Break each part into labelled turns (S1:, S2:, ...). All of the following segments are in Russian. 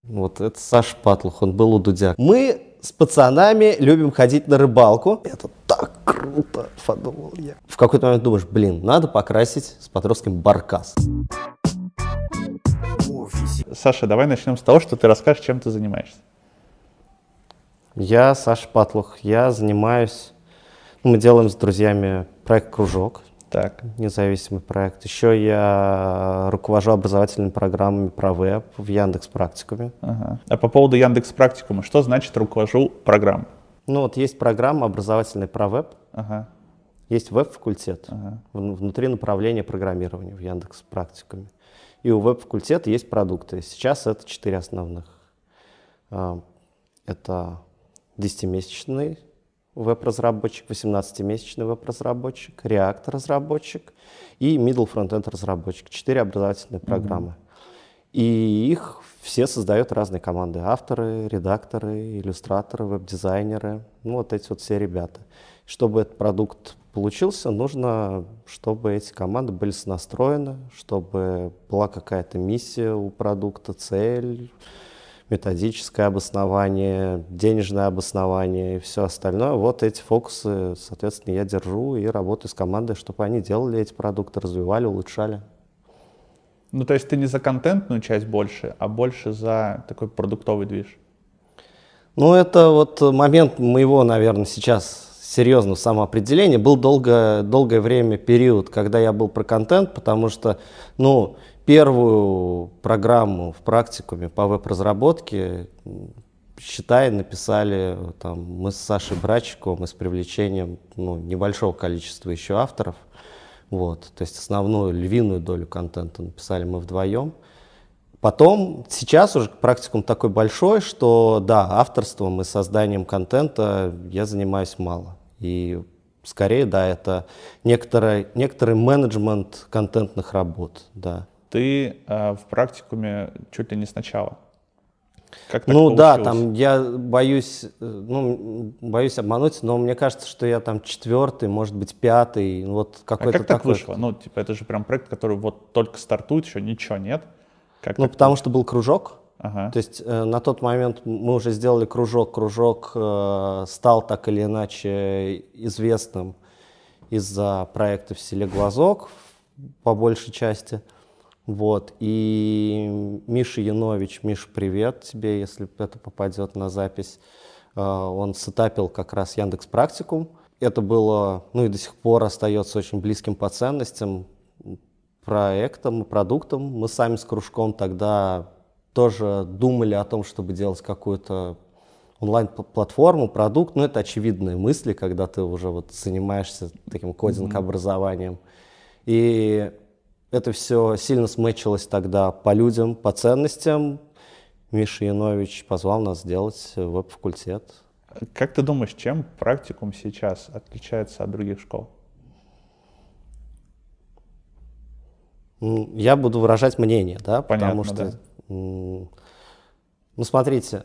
S1: Вот это Саша Патлух, он был у Дудя. Мы с пацанами любим ходить на рыбалку. Это так круто, подумал я. В какой-то момент думаешь, надо покрасить с Патровским баркас.
S2: Саша, давай начнем с того, что ты расскажешь, чем ты занимаешься.
S1: Я Саша Патлух, я занимаюсь, мы делаем с друзьями проект «Кружок».
S2: Так.
S1: Независимый проект. Еще я руковожу образовательными программами про веб в Яндекс.Практикуме.
S2: Ага. А по поводу Яндекс.Практикума, что значит руковожу программой?
S1: Ну вот есть программа образовательная про веб, есть веб-факультет, внутри направления программирования в Яндекс.Практикуме. И у веб-факультета есть продукты. Сейчас это 4 основных. Это 10-месячный веб-разработчик, 18-месячный веб-разработчик, React-разработчик и Middle Frontend разработчик. 4 образовательные программы. И их все создают разные команды. Авторы, редакторы, иллюстраторы, веб-дизайнеры. Ну, вот эти вот все ребята. Чтобы этот продукт получился, нужно, чтобы эти команды были сонастроены, чтобы была какая-то миссия у продукта, цель, методическое обоснование, денежное обоснование и все остальное. Вот эти фокусы, соответственно, я держу и работаю с командой, чтобы они делали эти продукты, развивали, улучшали.
S2: Ну, то есть ты не за контентную часть больше, а больше за такой продуктовый движ?
S1: Ну, это вот момент моего, наверное, сейчас серьезного самоопределения. Был долгое время период, когда я был про контент, потому что, первую программу в практикуме по веб-разработке, считай, написали мы с Сашей Брачиковым и с привлечением небольшого количества еще авторов. Вот, то есть основную львиную долю контента написали мы вдвоем. Потом, сейчас уже практикум такой большой, что да, авторством и созданием контента я занимаюсь мало. И скорее, да, это некоторый менеджмент контентных работ, да.
S2: Ты в практикуме чуть ли не сначала. Как так
S1: получилось? Да, я боюсь обмануть, но мне кажется, что я 4-й, может быть, 5-й, вот какой-то
S2: как так
S1: такой.
S2: Вышло? Это же прям проект, который вот только стартует, еще ничего нет.
S1: Потому что был кружок.
S2: Ага.
S1: То есть на тот момент мы уже сделали кружок. Кружок стал так или иначе известным из-за проекта в селе Глазок, по большей части. Вот. И Миша Янович, Миша, привет тебе, если это попадет на запись. Он сетапил как раз Яндекс.Практикум. Это было, и до сих пор остается очень близким по ценностям проектом и продуктом. Мы сами с кружком тогда тоже думали о том, чтобы делать какую-то онлайн-платформу, продукт. Это очевидные мысли, когда ты уже занимаешься таким кодинг-образованием. И это все сильно смэчилось тогда по людям, по ценностям. Миша Янович позвал нас сделать веб-факультет.
S2: Как ты думаешь, чем практикум сейчас отличается от других школ?
S1: Я буду выражать мнение, да,
S2: Понятно,
S1: потому что,
S2: да.
S1: Смотрите,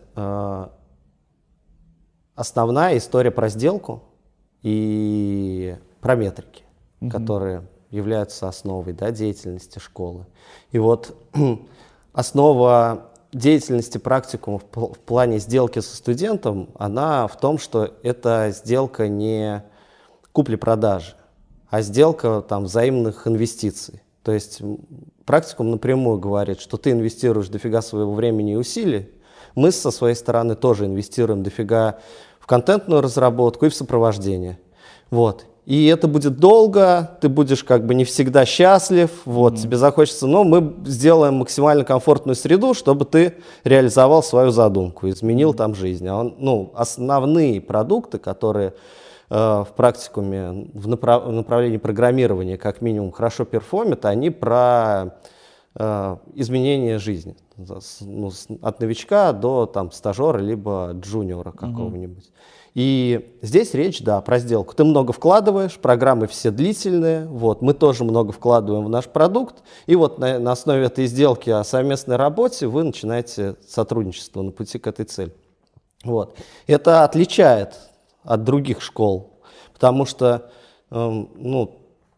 S1: основная история про сделку и про метрики, которые являются основой, да, деятельности школы. И вот основа деятельности практикума в плане сделки со студентом, она в том, что это сделка не купли-продажи, а сделка взаимных инвестиций. То есть практикум напрямую говорит, что ты инвестируешь дофига своего времени и усилий, мы со своей стороны тоже инвестируем дофига в контентную разработку и в сопровождение. Вот. И это будет долго, ты будешь не всегда счастлив, тебе захочется, но мы сделаем максимально комфортную среду, чтобы ты реализовал свою задумку, изменил там жизнь. Основные продукты, которые в практикуме в направлении программирования как минимум хорошо перформят, они про изменение жизни. От новичка до стажера либо джуниора какого-нибудь. И здесь речь, да, про сделку. Ты много вкладываешь, программы все длительные, мы тоже много вкладываем в наш продукт, и на основе этой сделки о совместной работе вы начинаете сотрудничество на пути к этой цели. Это отличает от других школ, потому что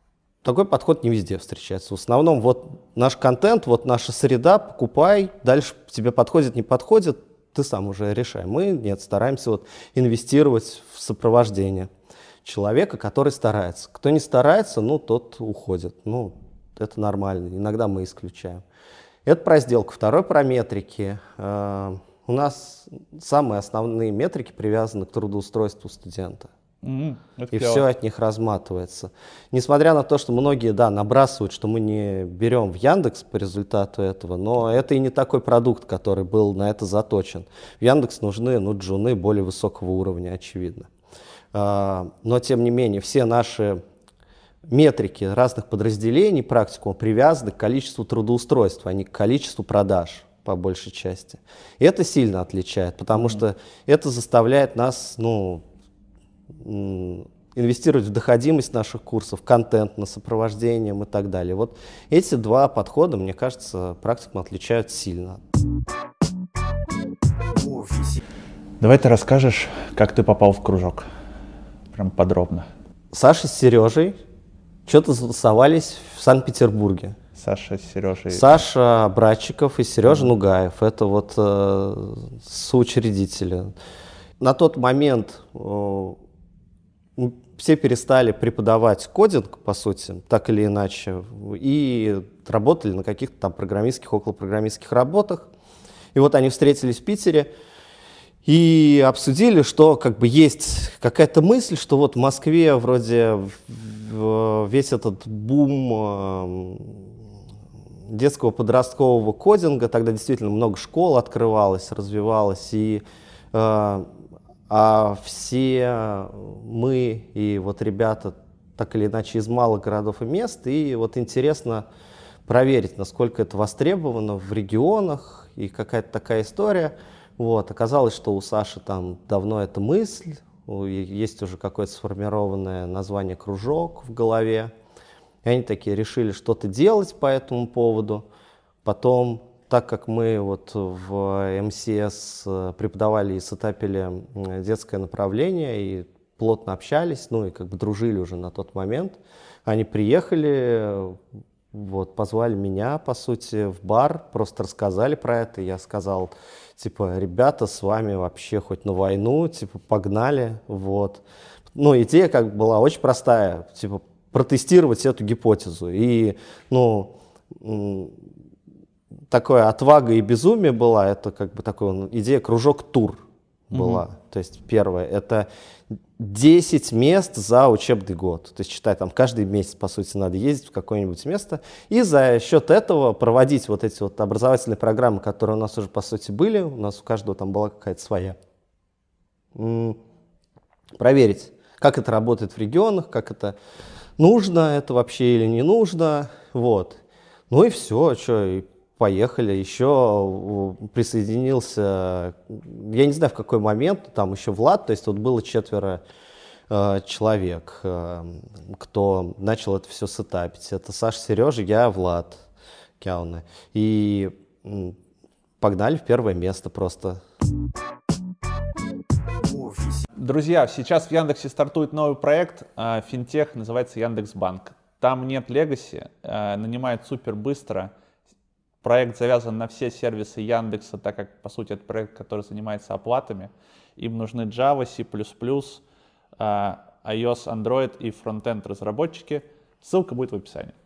S1: такой подход не везде встречается. В основном вот наш контент, вот наша среда, покупай, дальше тебе подходит, не подходит, ты сам уже решай. Мы, нет, стараемся вот инвестировать в сопровождение человека, который старается. Кто не старается, ну, тот уходит. Ну, это нормально, иногда мы исключаем. Это про сделку. Второй про метрики. У нас самые основные метрики привязаны к трудоустройству студента. И все от них разматывается. Несмотря на то, что многие, да, набрасывают, что мы не берем в Яндекс по результату этого, но это и не такой продукт, который был на это заточен. В Яндекс нужны, ну, джуны более высокого уровня, очевидно. Но, тем не менее, все наши метрики разных подразделений практикума привязаны к количеству трудоустройств, а не к количеству продаж, по большей части. И это сильно отличает, потому что это заставляет нас, ну, инвестировать в доходимость наших курсов, контент на сопровождением и так далее. Вот эти два подхода, мне кажется, практикум отличают сильно.
S2: Давай ты расскажешь, как ты попал в кружок. Прям подробно.
S1: Саша с Сережей что-то затусовались в Санкт-Петербурге.
S2: Саша с Сережей.
S1: Саша Братчиков и Сережа Нугаев. Это вот соучредители. На тот момент все перестали преподавать кодинг, по сути, так или иначе, и работали на каких-то там программистских, околопрограммистских работах. И вот они встретились в Питере и обсудили, что как бы есть какая-то мысль, что вот в Москве вроде весь этот бум детского подросткового кодинга, тогда действительно много школ открывалось, развивалось, и а все мы и вот ребята так или иначе из малых городов и мест, и вот интересно проверить, насколько это востребовано в регионах, и какая-то такая история. Вот. Оказалось, что у Саши там давно эта мысль, есть уже какое-то сформированное название «Кружок» в голове, и они такие решили что-то делать по этому поводу. Потом, так как мы вот в МСС преподавали и сетапили детское направление и плотно общались, ну и как бы дружили уже на тот момент, они приехали, вот, позвали меня, по сути, в бар, просто рассказали про это, я сказал, типа, ребята, с вами вообще хоть на войну, типа, погнали, вот. Ну, идея как бы была очень простая, типа, протестировать эту гипотезу, и, ну, такая отвага и безумие была, это как бы такая идея кружок-тур была. То есть первое, это 10 мест за учебный год. То есть считай, там каждый месяц, по сути, надо ездить в какое-нибудь место. И за счет этого проводить вот эти вот образовательные программы, которые у нас уже, по сути, были. У нас у каждого там была какая-то своя. Проверить, как это работает в регионах, как это нужно, это вообще или не нужно. Вот. Ну и все, что, и поехали. Еще присоединился, я не знаю в какой момент, там еще Влад, то есть вот было 4 человек, кто начал это все сетапить. Это Саша, Сережа, я, Влад Кяуна. И погнали в первое место просто.
S2: Друзья, сейчас в Яндексе стартует новый проект, финтех, называется Яндекс.Банк. Там нет легаси, нанимают супер быстро. Проект завязан на все сервисы Яндекса, так как, по сути, это проект, который занимается оплатами. Им нужны Java, C++, iOS, Android и фронтенд разработчики. Ссылка будет в описании.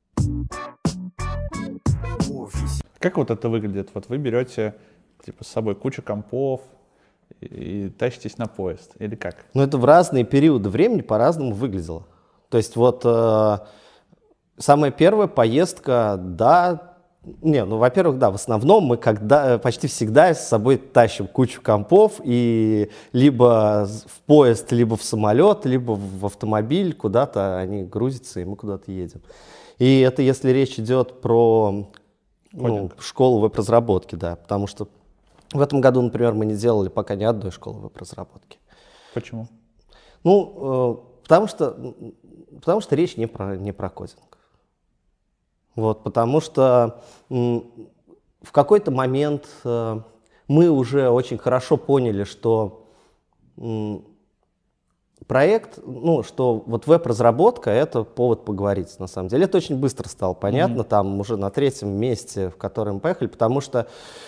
S2: Как вот это выглядит? Вот вы берете типа, с собой кучу компов и тащитесь на поезд, или как?
S1: Ну, это в разные периоды времени по-разному выглядело. То есть вот самая первая поездка, да, во-первых, да, в основном мы почти всегда с собой тащим кучу компов и либо в поезд, либо в самолет, либо в автомобиль, куда-то они грузятся, и мы куда-то едем. И это если речь идет про школу веб-разработки, да, потому что в этом году, например, мы не делали пока ни одной школы веб-разработки.
S2: Почему?
S1: Потому что речь не про кодинг. Вот, потому что в какой-то момент мы уже очень хорошо поняли, что проект, ну, что вот веб-разработка — это повод поговорить, на самом деле. Это очень быстро стало понятно, там уже на 3-м месте, в который мы поехали, потому что,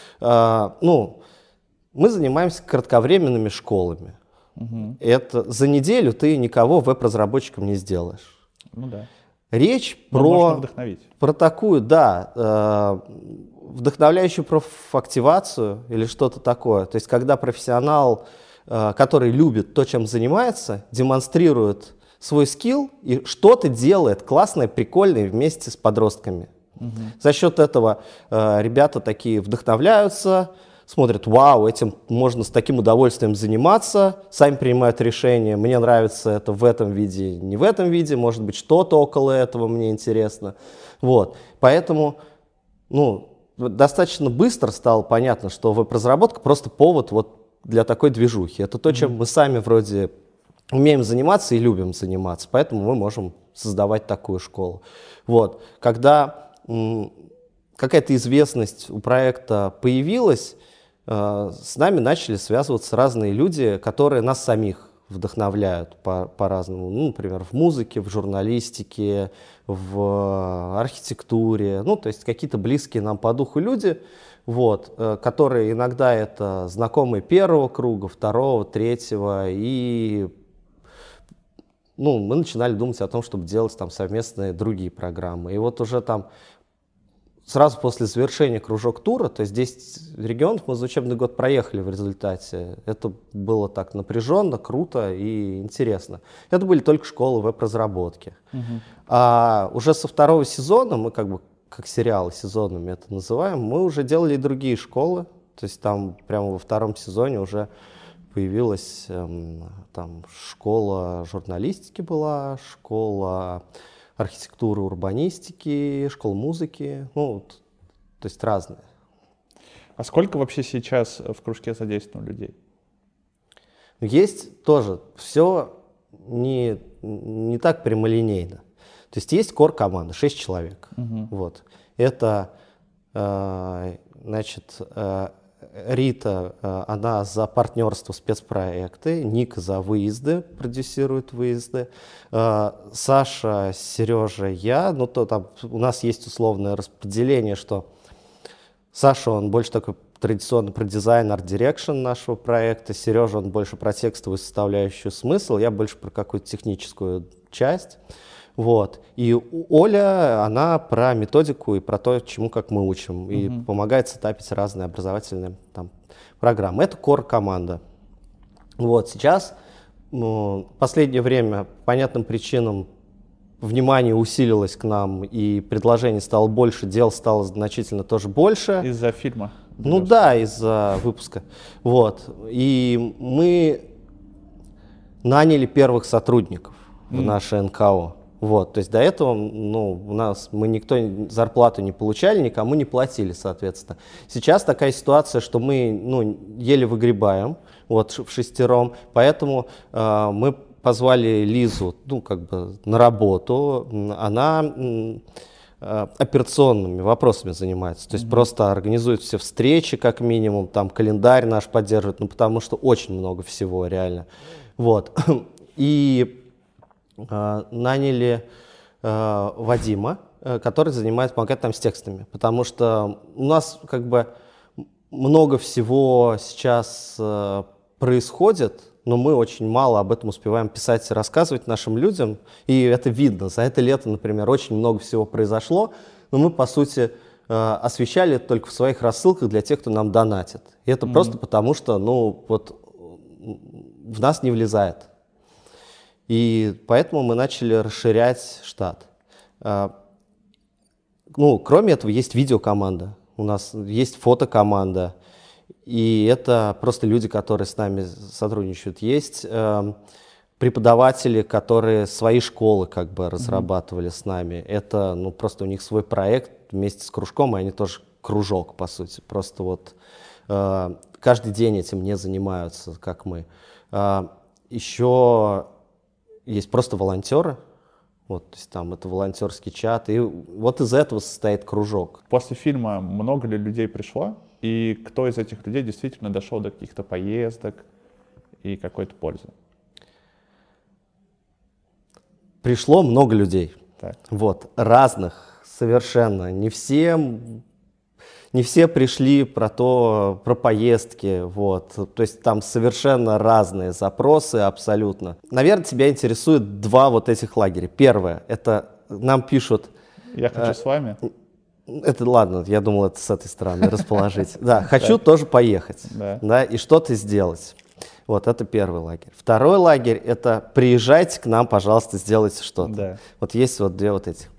S1: ну, мы занимаемся кратковременными школами. Это за неделю ты никого веб-разработчиком не сделаешь.
S2: Ну да.
S1: Речь
S2: можно вдохновить.
S1: про такую, да, вдохновляющую профактивацию или что-то такое. То есть когда профессионал, который любит то, чем занимается, демонстрирует свой скилл и что-то делает классное, прикольное вместе с подростками. За счет этого ребята такие вдохновляются, смотрят, вау, этим можно с таким удовольствием заниматься, сами принимают решение, мне нравится это в этом виде, не в этом виде, может быть, что-то около этого мне интересно. Вот. Поэтому, ну, достаточно быстро стало понятно, что веб-разработка просто повод вот для такой движухи. Это то, чем мы сами вроде умеем заниматься и любим заниматься, поэтому мы можем создавать такую школу. Вот. Когда какая-то известность у проекта появилась, с нами начали связываться разные люди, которые нас самих вдохновляют по-разному. Ну, например, в музыке, в журналистике, в архитектуре. Ну, то есть какие-то близкие нам по духу люди, вот, которые иногда это знакомые первого круга, второго, третьего. И ну, мы начинали думать о том, чтобы делать там совместные другие программы. И вот уже там сразу после завершения кружок-тура, то есть 10 регионов мы за учебный год проехали в результате. Это было так напряженно, круто и интересно. Это были только школы веб-разработки. А уже со 2-го сезона, мы как бы как сериалы сезонами это называем, мы уже делали и другие школы. То есть там прямо во 2-м сезоне уже появилась там школа журналистики была, школа архитектуры, урбанистики, школа музыки, ну, вот, то есть разные.
S2: А сколько вообще сейчас в кружке задействовано людей?
S1: Есть тоже, все не так прямолинейно. То есть есть кор-команда, 6 человек. Вот. Это, значит, Рита, она за партнерство, спецпроекты, Ник за выезды, продюсирует выезды, Саша, Сережа, я, ну то там у нас есть условное распределение, что Саша, он больше такой традиционно про дизайн, арт-дирекшн нашего проекта, Сережа, он больше про текстовую составляющую, смысл, я больше про какую-то техническую часть. Вот. И Оля, она про методику и про то, чему как мы учим, и помогает сетапить разные образовательные там программы. Это кор-команда. Вот. Сейчас, в последнее время, по понятным причинам, внимание усилилось к нам, и предложений стало больше, дел стало значительно тоже больше.
S2: Из-за фильма?
S1: Ну да, из-за выпуска. Вот. И мы наняли первых сотрудников в наше НКО. Вот, то есть до этого, ну, у нас мы никто зарплату не получали, никому не платили, соответственно. Сейчас такая ситуация, что мы, ну, еле выгребаем, вот, в 6-ром, поэтому мы позвали Лизу, ну, как бы на работу, она операционными вопросами занимается, то есть просто организует все встречи, как минимум, там календарь наш поддерживает, ну, потому что очень много всего, реально. Вот, и наняли Вадима, который помогает нам с текстами, потому что у нас как бы много всего сейчас происходит, но мы очень мало об этом успеваем писать и рассказывать нашим людям, и это видно. За это лето, например, очень много всего произошло, но мы, по сути, освещали это только в своих рассылках для тех, кто нам донатит. И это просто потому, что, ну, вот в нас не влезает. И поэтому мы начали расширять штат. Ну, кроме этого, есть видеокоманда, у нас есть фотокоманда, и это просто люди, которые с нами сотрудничают. Есть преподаватели, которые свои школы как бы разрабатывали с нами. Это, ну, просто у них свой проект вместе с кружком, и они тоже кружок, по сути. Просто вот каждый день этим не занимаются, как мы. Еще есть просто волонтеры, вот, то есть там это волонтерский чат, и вот из этого состоит кружок.
S2: После фильма много ли людей пришло, и кто из этих людей действительно дошел до каких-то поездок и какой-то пользы?
S1: пришло много людей.
S2: Так.
S1: Вот, разных совершенно. Не все пришли про поездки, вот. То есть там совершенно разные запросы абсолютно. Наверное, тебя интересует два вот этих лагеря. Первое, это нам пишут...
S2: Я хочу с вами.
S1: Это ладно, я думал, это с этой стороны расположить. Да, хочу тоже поехать, да, и что-то сделать. Вот, это первый лагерь. Второй лагерь — это приезжайте к нам, пожалуйста, сделайте что-то.
S2: Да.
S1: Вот есть вот две вот этих.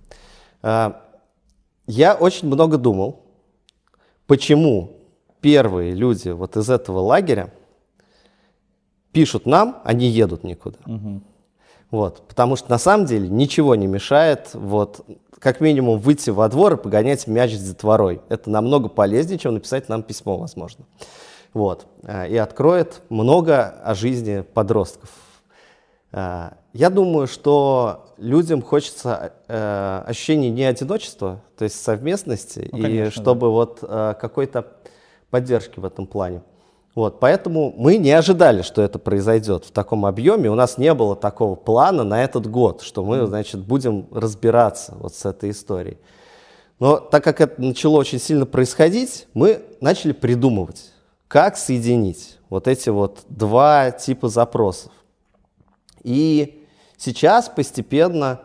S1: Я очень много думал, почему первые люди вот из этого лагеря пишут нам, а не едут никуда.
S2: Угу.
S1: Вот, потому что на самом деле ничего не мешает, вот, как минимум выйти во двор и погонять мяч с детворой. Это намного полезнее, чем написать нам письмо, возможно. Вот, и откроет много о жизни подростков. Я думаю, что людям хочется ощущения не одиночества, то есть совместности, ну, конечно, и чтобы вот какой-то поддержки в этом плане. Вот, поэтому мы не ожидали, что это произойдет в таком объеме. У нас не было такого плана на этот год, что мы, значит, будем разбираться вот с этой историей. Но так как это начало очень сильно происходить, мы начали придумывать, как соединить вот эти вот два типа запросов. И сейчас постепенно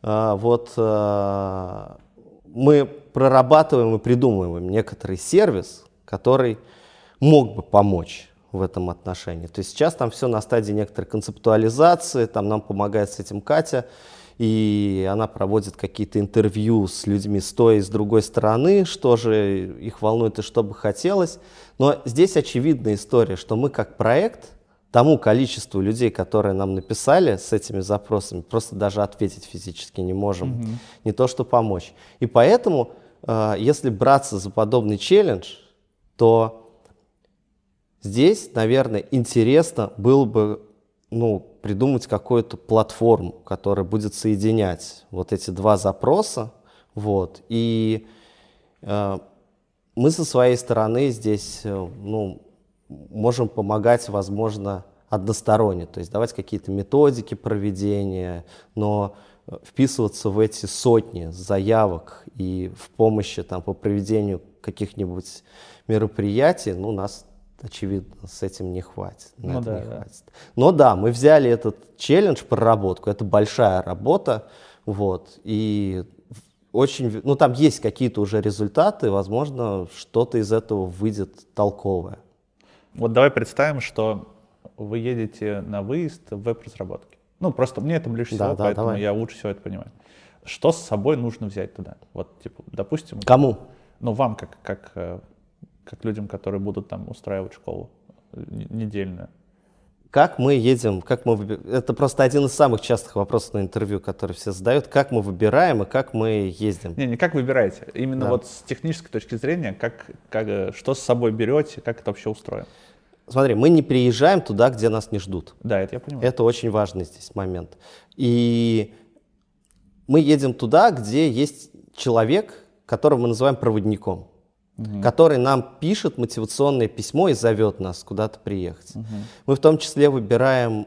S1: мы прорабатываем и придумываем некоторый сервис, который мог бы помочь в этом отношении. То есть сейчас там все на стадии некоторой концептуализации, там нам помогает с этим Катя, и она проводит какие-то интервью с людьми с той и с другой стороны, что же их волнует и что бы хотелось. Но здесь очевидная история, что мы как проект тому количеству людей, которые нам написали с этими запросами, просто даже ответить физически не можем, не то что помочь. И поэтому, если браться за подобный челлендж, то здесь, наверное, интересно было бы придумать какую-то платформу, которая будет соединять вот эти два запроса. Вот. И мы со своей стороны здесь можем помогать, возможно, односторонне, то есть давать какие-то методики проведения, но вписываться в эти сотни заявок и в помощи там, по проведению каких-нибудь мероприятий, нас, очевидно, с этим не хватит. Хватит. Но да, мы взяли этот челлендж, проработку, это большая работа, вот, и очень, там есть какие-то уже результаты, возможно, что-то из этого выйдет толковое.
S2: Вот давай представим, что вы едете на выезд в веб-разработке. Просто мне это ближе всего, поэтому давай. Я лучше всего это понимаю. Что с собой нужно взять туда? Вот, допустим...
S1: Кому?
S2: Вам, как людям, которые будут там устраивать школу недельную.
S1: Как мы едем, это просто один из самых частых вопросов на интервью, которые все задают. Как мы выбираем и как мы ездим?
S2: Не как выбираете. Именно вот с технической точки зрения, что с собой берете, как это вообще устроено?
S1: Смотри, мы не приезжаем туда, где нас не ждут.
S2: Да, это я понимаю.
S1: Это очень важный здесь момент. И мы едем туда, где есть человек, которого мы называем проводником, который нам пишет мотивационное письмо и зовет нас куда-то приехать. Мы в том числе выбираем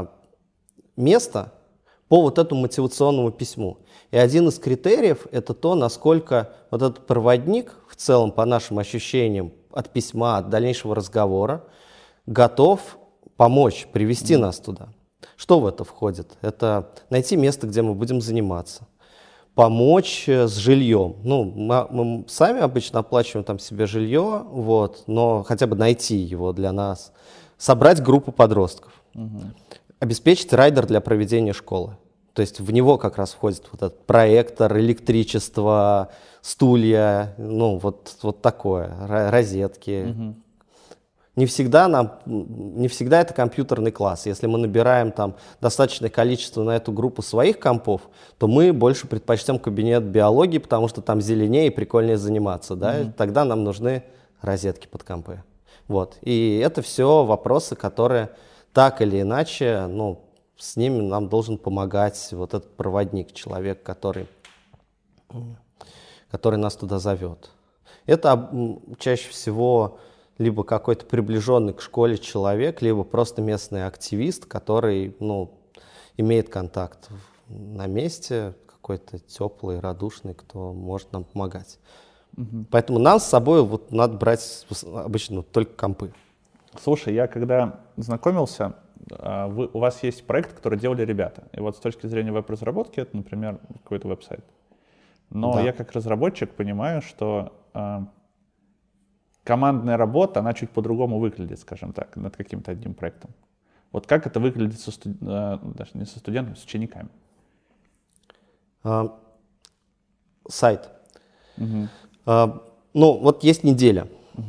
S1: место по вот этому мотивационному письму. И один из критериев — это то, насколько вот этот проводник в целом, по нашим ощущениям, от письма, от дальнейшего разговора, готов помочь, привести нас туда. Что в это входит? Это найти место, где мы будем заниматься, помочь с жильем. Мы сами обычно оплачиваем там себе жилье, но хотя бы найти его для нас, собрать группу подростков, обеспечить райдер для проведения школы. То есть в него как раз входит вот этот проектор, электричество, стулья, вот такое, розетки. Не всегда это компьютерный класс. Если мы набираем там достаточное количество на эту группу своих компов, то мы больше предпочтем кабинет биологии, потому что там зеленее и прикольнее заниматься. Да? Тогда нам нужны розетки под компы. Вот. И это все вопросы, которые так или иначе, с ними нам должен помогать вот этот проводник, человек, который нас туда зовет. Это чаще всего либо какой-то приближенный к школе человек, либо просто местный активист, который имеет контакт на месте, какой-то теплый, радушный, кто может нам помогать. Поэтому нам с собой вот надо брать обычно только компы.
S2: Слушай, я когда знакомился, у вас есть проект, который делали ребята. И вот с точки зрения веб-разработки это, например, какой-то веб-сайт. Но
S1: Да.
S2: я как разработчик понимаю, что командная работа, она чуть по-другому выглядит, скажем так, над каким-то одним проектом. Вот как это выглядит даже не со студентами, с учениками?
S1: Сайт. Ну, вот есть неделя.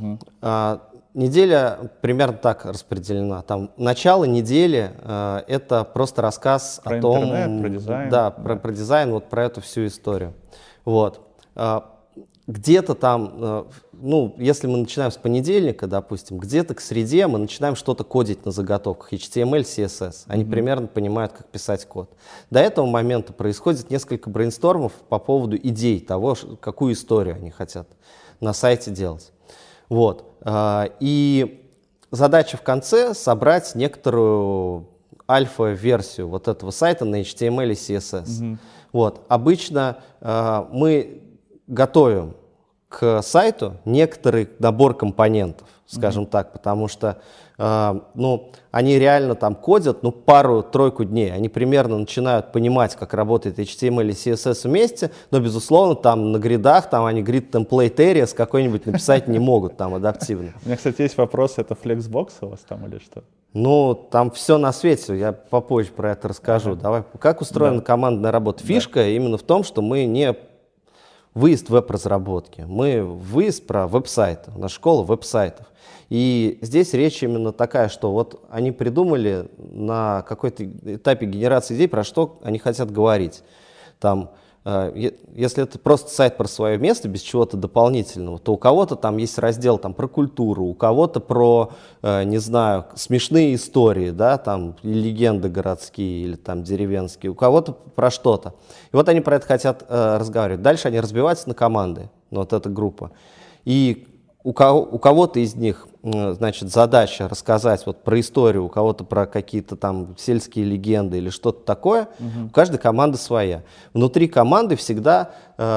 S1: Неделя примерно так распределена. Там начало недели это просто рассказ
S2: про
S1: о том,
S2: интернет, про дизайн.
S1: Да, про дизайн, вот про эту всю историю. Вот. Где-то там, ну, если мы начинаем с понедельника, допустим, где-то к среде мы начинаем что-то кодить на заготовках, HTML, CSS. Они примерно понимают, как писать код. До этого момента происходит несколько брейнстормов по поводу идей того, какую историю они хотят на сайте делать. Вот. И задача в конце собрать некоторую альфа-версию вот этого сайта на HTML и CSS. Вот. Обычно мы готовим к сайту некоторый набор компонентов, скажем так, потому что ну, они реально там кодят пару-тройку дней. Они примерно начинают понимать, как работает HTML и CSS вместе, но, безусловно, там на гридах там они grid template areas какой-нибудь написать не могут там адаптивно.
S2: У меня, кстати, есть вопрос, это Flexbox у вас там или что?
S1: Ну, там все на свете, я попозже про это расскажу. Давай, как устроена командная работа? Фишка именно в том, что мы не выезд веб-разработки, мы выезд про веб-сайты, наша школа веб-сайтов. И здесь речь именно такая, что вот они придумали на какой-то этапе генерации идей, про что они хотят говорить. Там, если это просто сайт про свое место, без чего-то дополнительного, то у кого-то там есть раздел там, про культуру, у кого-то про, не знаю, смешные истории, да, там, легенды городские или там деревенские, у кого-то про что-то. И вот они про это хотят разговаривать. Дальше они разбиваются на команды, вот эта группа. И у кого-то из них, значит, задача рассказать вот про историю, у кого-то про какие-то там сельские легенды или что-то такое. У каждой команды своя. Внутри команды всегда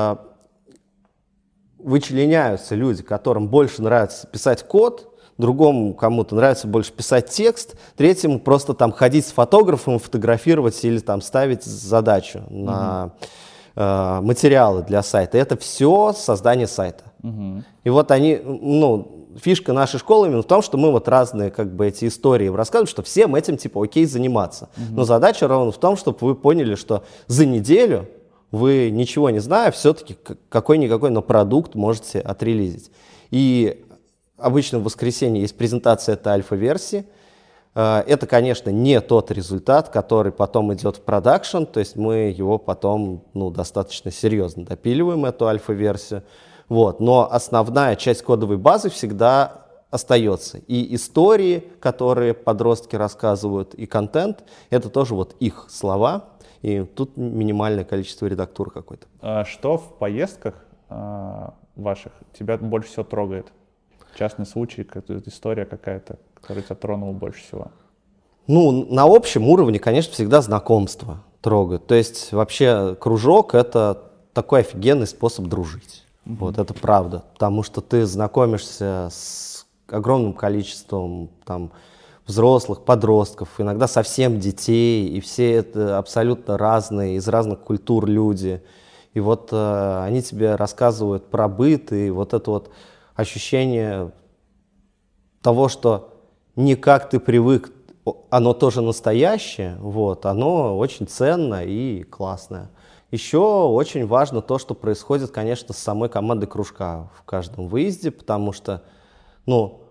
S1: вычленяются люди, которым больше нравится писать код, другому кому-то нравится больше писать текст, третьему просто там ходить с фотографом, фотографировать или там ставить задачу на материалы для сайта. Это все создание сайта. И вот они, ну, фишка нашей школы именно в том, что мы вот разные как бы эти истории рассказываем, что всем этим типа окей заниматься. Но задача ровно в том, чтобы вы поняли, что за неделю вы, ничего не зная, все-таки какой-никакой, но продукт можете отрелизить. И обычно в воскресенье есть презентация этой альфа-версии. Это, конечно, не тот результат, который потом идет в продакшн, то есть мы его потом, ну, достаточно серьезно допиливаем, эту альфа-версию. Вот. Но основная часть кодовой базы всегда остается. И истории, которые подростки рассказывают, и контент, это тоже вот их слова, и тут минимальное количество редактур какой-то.
S2: Что в поездках ваших тебя больше всего трогает? Частный случай, история какая-то, которая тебя тронула больше всего? Ну,
S1: на общем уровне, конечно, всегда знакомство трогает. То есть вообще кружок — это такой офигенный способ дружить. Вот это правда, потому что ты знакомишься с огромным количеством там взрослых, подростков, иногда совсем детей, и все это абсолютно разные, из разных культур люди. И вот они тебе рассказывают про быт, и вот это вот ощущение того, что не как ты привык, оно тоже настоящее, вот, оно очень ценно и классное. Еще очень важно то, что происходит, конечно, с самой командой кружка в каждом выезде, потому что, ну,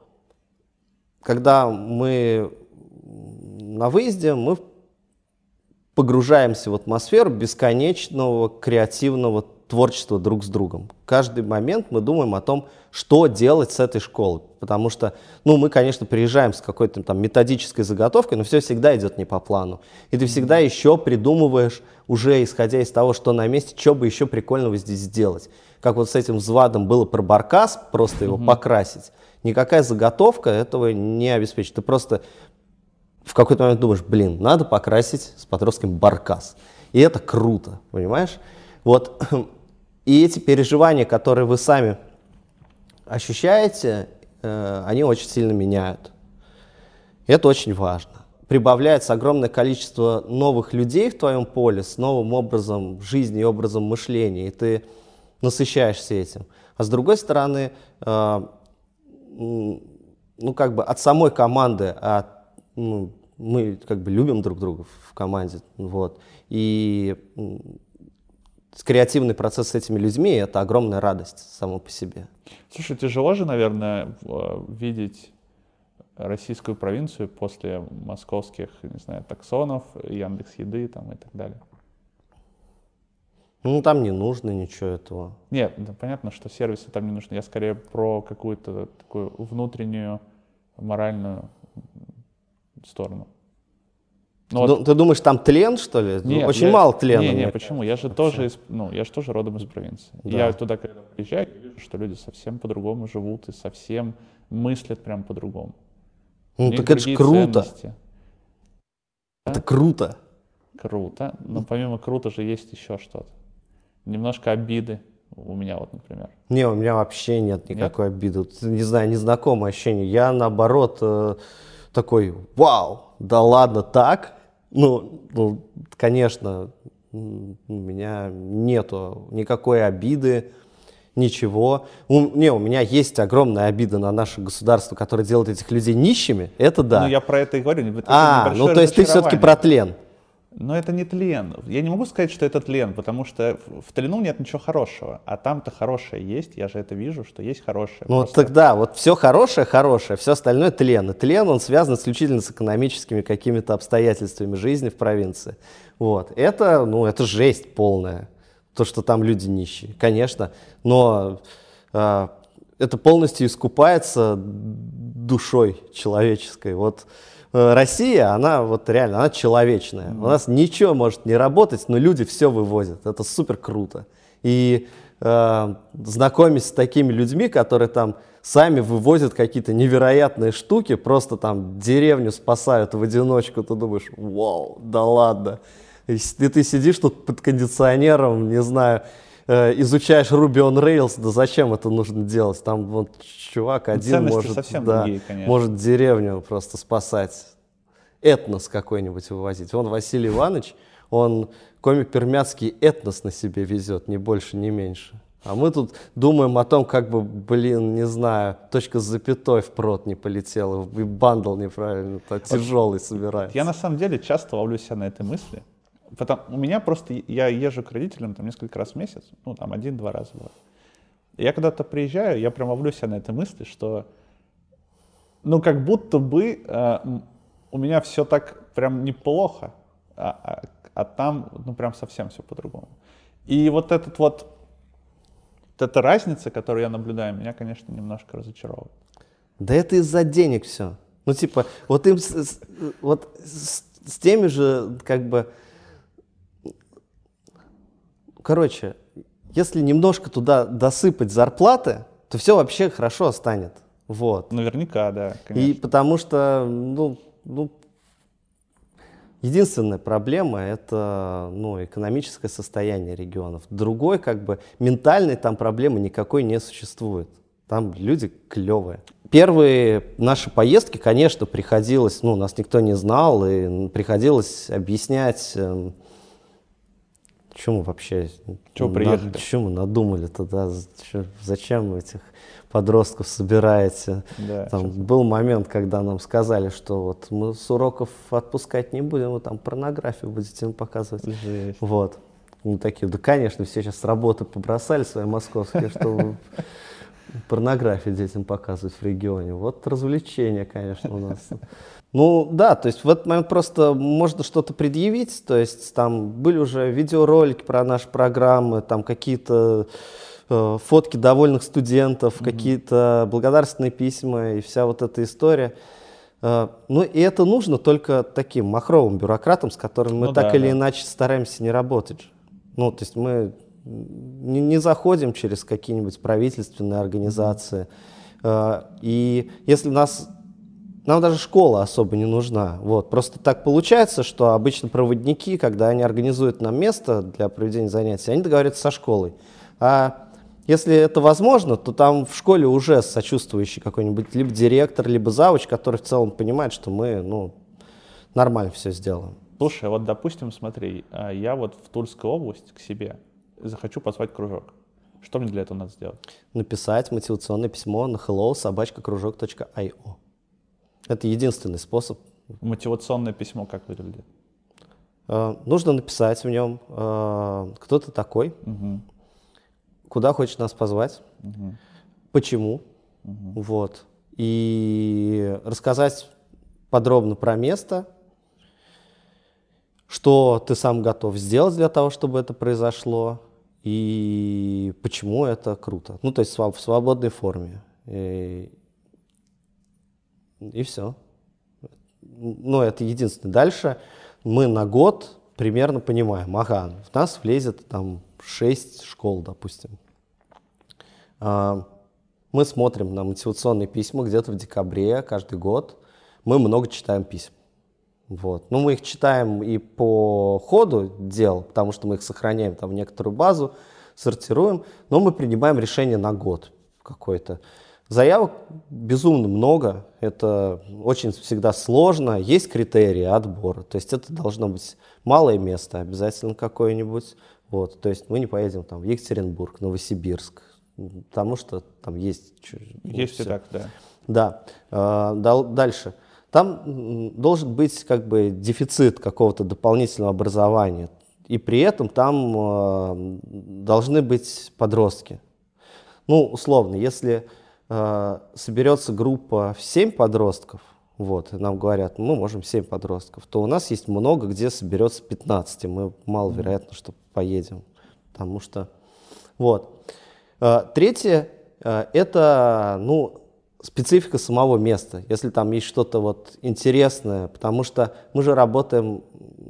S1: когда мы на выезде, мы погружаемся в атмосферу бесконечного креативного творчества друг с другом. Каждый момент мы думаем о том, что делать с этой школой, потому что, ну, мы, конечно, приезжаем с какой-то там методической заготовкой, но все всегда идет не по плану. И ты всегда еще придумываешь, уже исходя из того, что на месте, что бы еще прикольного здесь сделать. Как вот с этим взводом было про баркас, просто его покрасить. Никакая заготовка этого не обеспечит. Ты просто в какой-то момент думаешь, блин, надо покрасить с подростками баркас. И это круто, понимаешь? Вот, и эти переживания, которые вы сами ощущаете, они очень сильно меняют. Это очень важно. Прибавляется огромное количество новых людей в твоем поле с новым образом жизни и образом мышления, и ты насыщаешься этим. А с другой стороны, как бы от самой команды, мы как бы любим друг друга в команде, вот, и креативный процесс с этими людьми — это огромная радость само по себе.
S2: Слушай, тяжело же, наверное, видеть российскую провинцию после московских, не знаю, таксонов, Яндекс.Еды там и так далее.
S1: Ну, там не нужно ничего этого.
S2: Нет, да, понятно, что сервисы там не нужны. Я скорее про какую-то такую внутреннюю моральную сторону.
S1: Ты думаешь, там тлен, что ли?
S2: Нет,
S1: очень мало тлена.
S2: Нет, почему? Я же тоже родом из провинции. Да. Я туда, когда приезжаю, вижу, что люди совсем по-другому живут и совсем мыслят прям по-другому.
S1: Ну, так это же круто.
S2: Ценности.
S1: Это круто.
S2: Круто. Но помимо круто же есть еще что-то. Немножко обиды у меня вот, например.
S1: Не, у меня вообще нет никакой обиды. Не знаю, незнакомое ощущение. Я, наоборот, такой, вау, да ладно, так? Ну, конечно, у меня нету никакой обиды, ничего. У меня есть огромная обида на наше государство, которое делает этих людей нищими, это да.
S2: Ну, я про это и говорю.
S1: Ну, то есть ты все-таки про тлен.
S2: Но это не тлен. Я не могу сказать, что это тлен, потому что в тлену нет ничего хорошего. А там-то хорошее есть, я же это вижу, что есть хорошее.
S1: Ну, просто... тогда вот все хорошее, все остальное тлен. И тлен, он связан исключительно с экономическими какими-то обстоятельствами жизни в провинции. Вот. Это жесть полная. То, что там люди нищие, конечно. Но это полностью искупается душой человеческой. Вот Россия, она вот реально, она человечная. У нас ничего может не работать, но люди все вывозят. Это супер круто. И знакомясь с такими людьми, которые там сами вывозят какие-то невероятные штуки, просто там деревню спасают в одиночку, ты думаешь, вау, да ладно. И ты сидишь тут под кондиционером, не знаю, изучаешь Ruby on Rails, да зачем это нужно делать? Там вот чувак один может деревню просто спасать, этнос какой-нибудь вывозить. Вон Василий Иванович, он коми-пермяцкий этнос на себе везет, ни больше, ни меньше. А мы тут думаем о том, как бы, не знаю, точка с запятой в прод не полетела, и бандл неправильно, тяжелый собирается.
S2: Я на самом деле часто ловлю себя на этой мысли. У меня просто, я езжу к родителям там несколько раз в месяц, ну там 1-2 раза бывает. Я когда-то приезжаю, я прям ловлю себя на этой мысли, что как будто бы у меня все так прям неплохо, а там прям совсем все по-другому. И вот эта разница, которую я наблюдаю, меня, конечно, немножко разочаровывает.
S1: Да это из-за денег все. Ну типа, вот им с теми же как бы... Короче, если немножко туда досыпать зарплаты, то все вообще хорошо станет. Вот.
S2: Наверняка, да, конечно.
S1: И потому что, единственная проблема — это, экономическое состояние регионов. Другой, как бы, ментальной там проблемы никакой не существует. Там люди клевые. Первые наши поездки, конечно, приходилось, нас никто не знал, и приходилось объяснять... Почему вообще? Почему мы надумали тогда? Зачем вы этих подростков собираете?
S2: Да,
S1: там был момент, когда нам сказали, что вот мы с уроков отпускать не будем, вы там порнографию будете им показывать.
S2: Жесть.
S1: Вот. Мы такие, да, конечно, все сейчас с работы побросали свои московские, чтобы порнографию детям показывать в регионе. Вот развлечение, конечно, у нас. Ну да, то есть в этот момент просто можно что-то предъявить, то есть там были уже видеоролики про наши программы, там какие-то фотки довольных студентов, какие-то благодарственные письма и вся вот эта история. Ну и это нужно только таким махровым бюрократам, с которыми мы так или иначе стараемся не работать. Ну то есть мы не заходим через какие-нибудь правительственные организации. И если нас нам даже школа особо не нужна. Вот. Просто так получается, что обычно проводники, когда они организуют нам место для проведения занятий, они договариваются со школой. А если это возможно, то там в школе уже сочувствующий какой-нибудь либо директор, либо завуч, который в целом понимает, что мы нормально все сделаем.
S2: Слушай, вот допустим, смотри, я вот в Тульскую область к себе захочу позвать кружок. Что мне для этого надо сделать?
S1: Написать мотивационное письмо на hello@кружок.io. Это единственный способ.
S2: Мотивационное письмо как выглядит?
S1: Нужно написать в нем, кто ты такой, куда хочешь нас позвать, почему, вот, и рассказать подробно про место, что ты сам готов сделать для того, чтобы это произошло, и почему это круто. Ну, то есть в свободной форме. И все. Ну, это единственное. Дальше мы на год примерно понимаем, ага, в нас влезет там 6 школ, допустим. Мы смотрим на мотивационные письма где-то в декабре каждый год. Мы много читаем писем. Вот. Ну, мы их читаем и по ходу дел, потому что мы их сохраняем там в некоторую базу, сортируем, но мы принимаем решение на год какой-то. Заявок безумно много, это очень всегда сложно, есть критерии отбора, то есть это должно быть малое место обязательно какое-нибудь, вот, то есть мы не поедем там в Екатеринбург, Новосибирск, потому что там есть...
S2: Есть и так,
S1: да. Да, дальше. Там должен быть как бы дефицит какого-то дополнительного образования, и при этом там должны быть подростки. Ну, условно, если соберется группа в 7 подростков, вот, и нам говорят, мы можем 7 подростков, то у нас есть много, где соберется 15, и мы маловероятно, что поедем, потому что... Вот. Третье, это, специфика самого места, если там есть что-то вот интересное, потому что мы же работаем...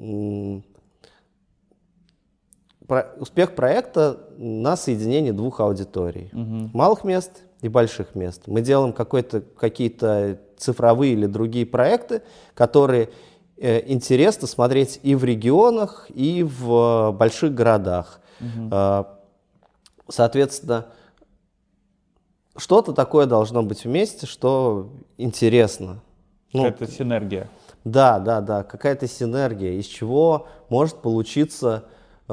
S1: Успех проекта на соединении двух аудиторий, малых мест и больших мест. Мы делаем какие-то цифровые или другие проекты, которые интересно смотреть и в регионах, и в больших городах. Соответственно, что-то такое должно быть вместе, что интересно.
S2: Это синергия.
S1: Да, какая-то синергия, из чего может получиться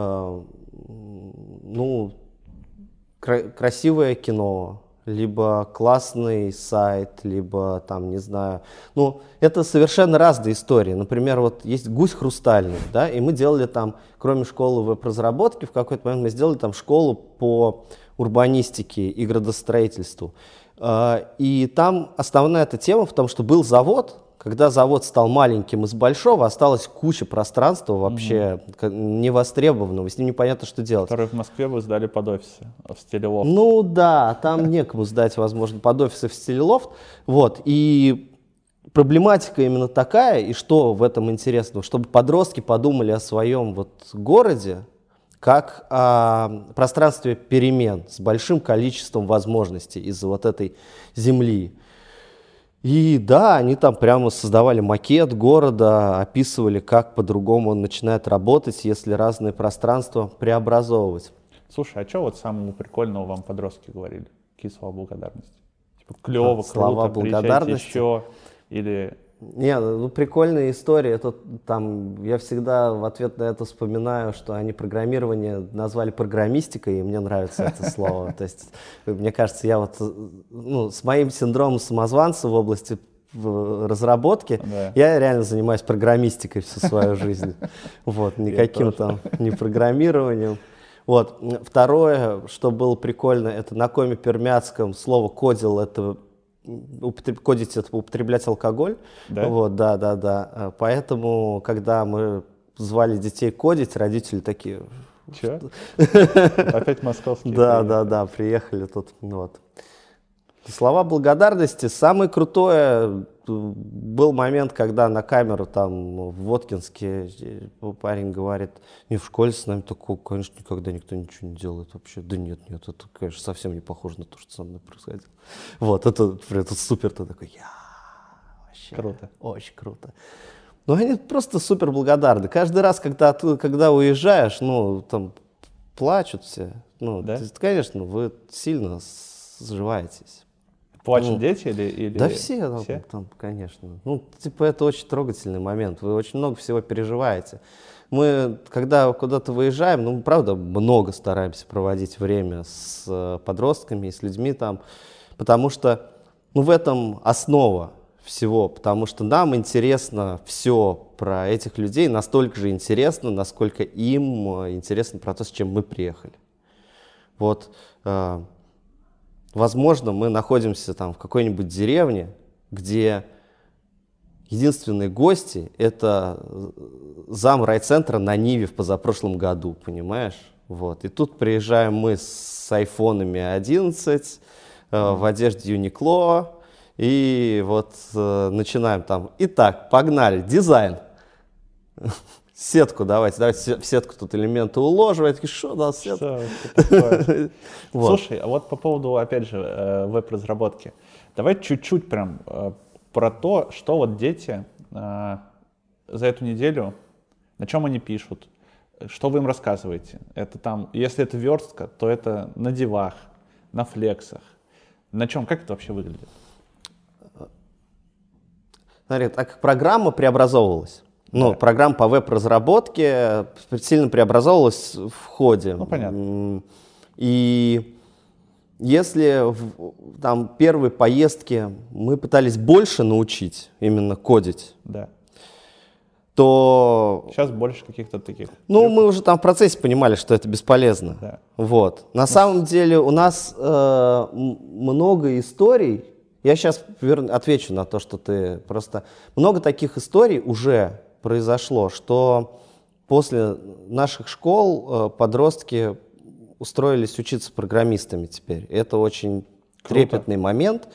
S1: красивое кино, либо классный сайт, либо там, не знаю. Это совершенно разные истории. Например, вот есть «Гусь хрустальный», да, и мы делали там, кроме школы веб-разработки, в какой-то момент мы сделали там школу по урбанистике и градостроительству. И там основная эта тема в том, что был завод. Когда завод стал маленьким из большого, осталась куча пространства вообще невостребованного, с ним непонятно, что делать.
S2: Которые в Москве вы сдали под офисы в стиле лофт.
S1: Ну да, там некому сдать, возможно, под офисы в стиле лофт. Вот. И проблематика именно такая, и что в этом интересного, чтобы подростки подумали о своем городе, как о пространстве перемен с большим количеством возможностей из-за вот этой земли. И да, они там прямо создавали макет города, описывали, как по-другому он начинает работать, если разные пространства преобразовывать.
S2: Слушай, а что вот самого прикольного вам подростки говорили? Какие слова благодарности? Типа клево,
S1: слова
S2: круто,
S1: благодарности.
S2: приезжайте еще, или...
S1: Не, прикольная история. Это, там, я всегда в ответ на это вспоминаю, что они программирование назвали программистикой, и мне нравится это слово. То есть, мне кажется, я с моим синдромом самозванца в области разработки, я реально занимаюсь программистикой всю свою жизнь. Никаким там не программированием. Второе, что было прикольно, это на Коме Пермяцком слово «кодил» — это кодить — это употреблять алкоголь.
S2: Да?
S1: Да. Поэтому, когда мы звали детей кодить, родители такие...
S2: Че? Опять московские.
S1: Да, приехали тут. Слова благодарности. Самое крутое был момент, когда на камеру там в Воткинске парень говорит: не, в школе с нами такого, конечно, никогда никто ничего не делает вообще. Да нет, это, конечно, совсем не похоже на то, что со мной происходило. Это супер, ты такой, вообще. вообще.
S2: Круто.
S1: Очень круто. Ну, они просто супер благодарны. Каждый раз, когда уезжаешь, ну, там плачут все. Ну,
S2: Да?
S1: конечно, вы сильно сживаетесь.
S2: Плачут дети или
S1: Да все,
S2: все?
S1: Там, конечно. Ну, типа, это очень трогательный момент. Вы очень много всего переживаете. Мы, когда куда-то выезжаем, ну, правда, много стараемся проводить время с подростками, с людьми там, потому что, ну, в этом основа всего, потому что нам интересно все про этих людей, настолько же интересно, насколько им интересно про то, с чем мы приехали. Вот, возможно, мы находимся там в какой-нибудь деревне, где единственные гости — это зам райцентра на Ниве в позапрошлом году, понимаешь? Вот. И тут приезжаем мы с айфонами 11, в одежде Uniqlo, и вот начинаем там. Итак, погнали, дизайн. Сетку давайте в сетку тут элементы уложивать. Что да, сетка?
S2: Что такое? Слушай, а вот по поводу, опять же, веб-разработки. Давай чуть-чуть прям про то, что вот дети за эту неделю, на чем они пишут, что вы им рассказываете. Это там, если это верстка, то это на девах, на флексах. На чем, как это вообще выглядит?
S1: Смотри, так как программа преобразовывалась, ну, программа по веб-разработке сильно преобразовалась в ходе.
S2: Ну, понятно.
S1: И если там первые поездки мы пытались больше научить, именно кодить,
S2: Да.
S1: то...
S2: Сейчас больше каких-то таких.
S1: Ну, мы уже там в процессе понимали, что это бесполезно.
S2: Да.
S1: Вот. На самом деле у нас много историй. Я сейчас отвечу на то, что ты просто... Много таких историй уже произошло, что после наших школ подростки устроились учиться программистами теперь. Это очень трепетный момент.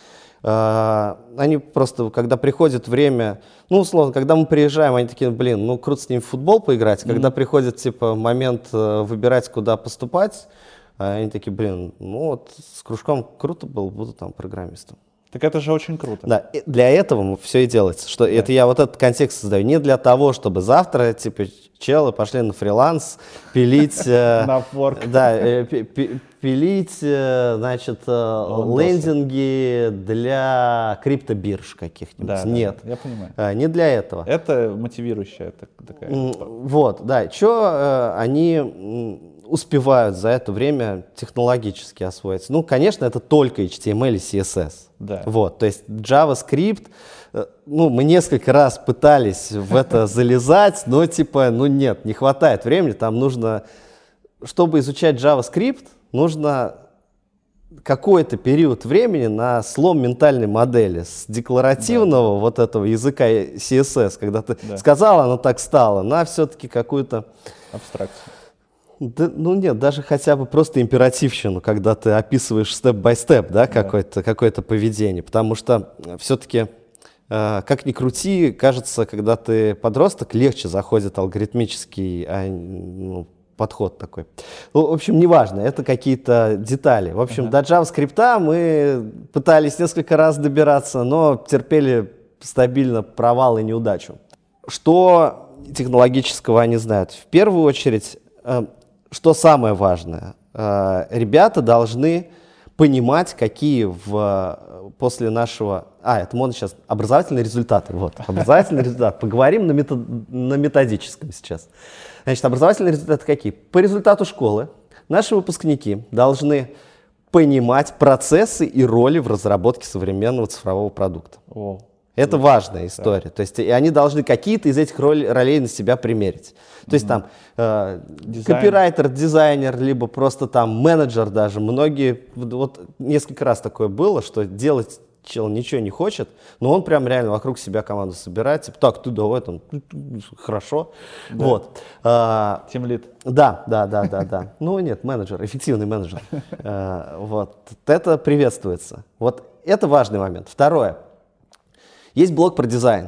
S1: Они просто, когда приходит время, ну, условно, когда мы приезжаем, они такие, блин, ну, круто с ними в футбол поиграть. Когда приходит, типа, момент выбирать, куда поступать, они такие, блин, ну, вот с кружком круто было, буду там программистом.
S2: Так это же очень круто.
S1: Да, для этого все и делается. Что это я вот этот контекст создаю. Не для того, чтобы завтра, типа, челы пошли на фриланс, пилить...
S2: На Upwork.
S1: Да, пилить, значит, лендинги для криптобирж каких-нибудь.
S2: Да,
S1: Нет.
S2: Да, я понимаю.
S1: Не для этого.
S2: Это мотивирующая такая.
S1: Вот, да. Что они успевают за это время технологически освоиться? Ну, конечно, это только HTML и CSS.
S2: Да.
S1: Вот, то есть JavaScript, ну, мы несколько раз пытались в это залезать, но типа, ну нет, не хватает времени, там нужно, чтобы изучать JavaScript, нужно какой-то период времени на слом ментальной модели с декларативного вот этого языка CSS, когда ты сказал, оно так стало, на все-таки какую-то...
S2: Абстракцию.
S1: Да, ну нет, даже хотя бы просто императивщину, когда ты описываешь степ-бай-степ, да, какое-то поведение, потому что все-таки, как ни крути, кажется, когда ты подросток, легче заходит алгоритмический подход такой. Ну, в общем, неважно, это какие-то детали. В общем, до JavaScript мы пытались несколько раз добираться, но терпели стабильно провал и неудачу. Что технологического они знают? В первую очередь... Что самое важное, ребята должны понимать, какие после нашего... это можно сейчас... Образовательные результаты. Вот, образовательные результаты. Поговорим на методическом сейчас. Значит, образовательные результаты какие? По результату школы наши выпускники должны понимать процессы и роли в разработке современного цифрового продукта. Это важная история. То есть и они должны какие-то из этих ролей на себя примерить. То есть там копирайтер, дизайнер, либо просто там менеджер даже. Многие, вот несколько раз такое было, что делать чел ничего не хочет, но он прям реально вокруг себя команду собирает. Типа, так, ты давай там, хорошо. Да. Вот.
S2: Тимлид.
S1: Да. Ну нет, менеджер, эффективный менеджер. Вот. Это приветствуется. Вот это важный момент. Второе. Есть блок про дизайн.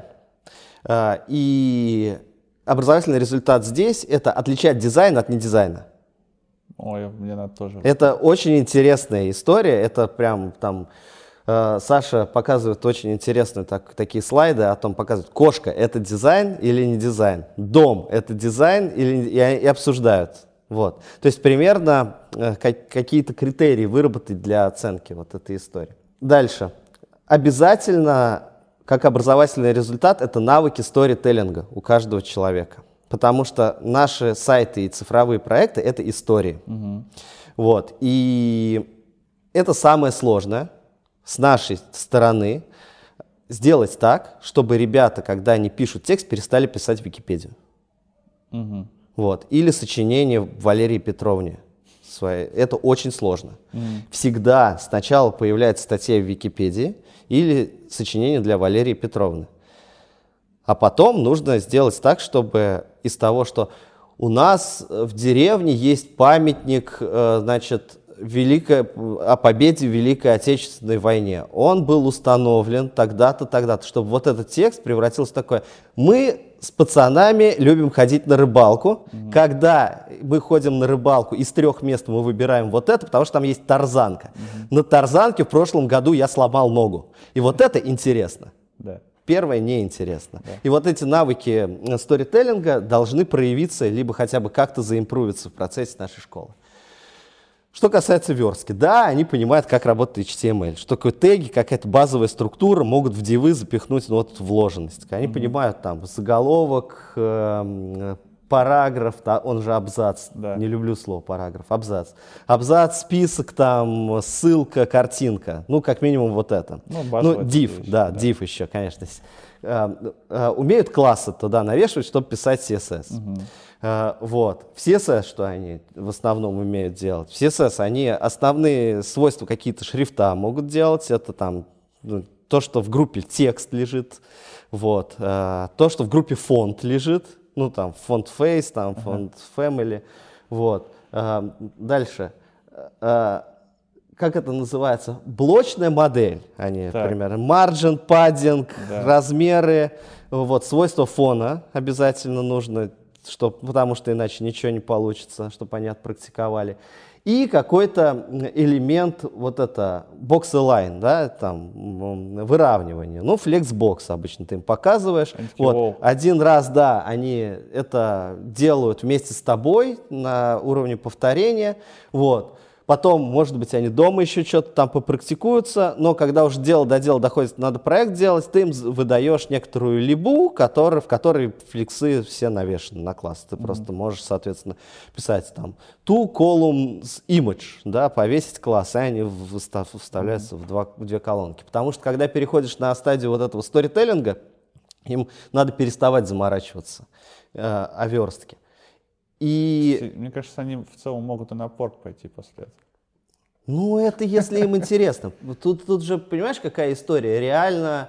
S1: И образовательный результат здесь — это отличать дизайн от недизайна.
S2: Ой, мне надо тоже.
S1: Это очень интересная история. Это прям там Саша показывает очень интересные такие слайды о том, показывает, кошка — это дизайн или не дизайн, дом — это дизайн и обсуждают. Вот. То есть примерно какие-то критерии выработать для оценки вот этой истории. Дальше. Обязательно, как образовательный результат, это навыки сторителлинга у каждого человека. Потому что наши сайты и цифровые проекты — это истории. Вот. И это самое сложное с нашей стороны сделать так, чтобы ребята, когда они пишут текст, перестали писать в Википедию. Вот. Или сочинение Валерии Петровне. Это очень сложно. Всегда сначала появляется статья в Википедии или сочинение для Валерии Петровны. А потом нужно сделать так, чтобы из того, что у нас в деревне есть памятник, значит, о победе в Великой Отечественной войне. Он был установлен тогда-то, тогда-то, чтобы вот этот текст превратился в такое. Мы с пацанами любим ходить на рыбалку. Когда мы ходим на рыбалку, из 3 мест мы выбираем вот это, потому что там есть тарзанка. На тарзанке в прошлом году я сломал ногу. И вот это интересно.
S2: Да.
S1: Первое неинтересно.
S2: Да.
S1: И вот эти навыки сторителлинга должны проявиться, либо хотя бы как-то заимпровиться в процессе нашей школы. Что касается верстки, да, они понимают, как работает HTML, что такое теги, какая-то базовая структура, могут в дивы запихнуть вот эту вложенность. Они понимают там заголовок, параграф, он же абзац, не люблю слово параграф, абзац. Абзац, список, там, ссылка, картинка, ну, как минимум вот это. Ну, div, да, div еще, конечно. Умеют классы туда навешивать, чтобы писать CSS. Вот. В CSS, что они в основном умеют делать? В CSS они основные свойства какие-то шрифта могут делать. Это там то, что в группе текст лежит, вот. То, что в группе фонд лежит, ну там фонд face, там фонд family, вот. Дальше. Как это называется? Блочная модель. Они, например, margin, padding, размеры, вот, свойства фона обязательно нужно, потому что иначе ничего не получится, чтобы они отпрактиковали. И какой-то элемент, вот это, box align, да, там, выравнивание. Ну, flexbox обычно ты им показываешь. Вот, один раз, да, они это делают вместе с тобой на уровне повторения, вот. Потом, может быть, они дома еще что-то там попрактикуются, но когда уже дело до дела доходит, надо проект делать, ты им выдаешь некоторую либу, в которой фликсы все навешаны на класс. Ты просто можешь, соответственно, писать там two columns image, да, повесить класс, и они вставляются в 2 колонки. Потому что, когда переходишь на стадию вот этого сторителлинга, им надо переставать заморачиваться о верстке. И...
S2: Мне кажется, они в целом могут и на порт пойти после этого.
S1: Ну, это если им интересно. Тут же, понимаешь, какая история? Реально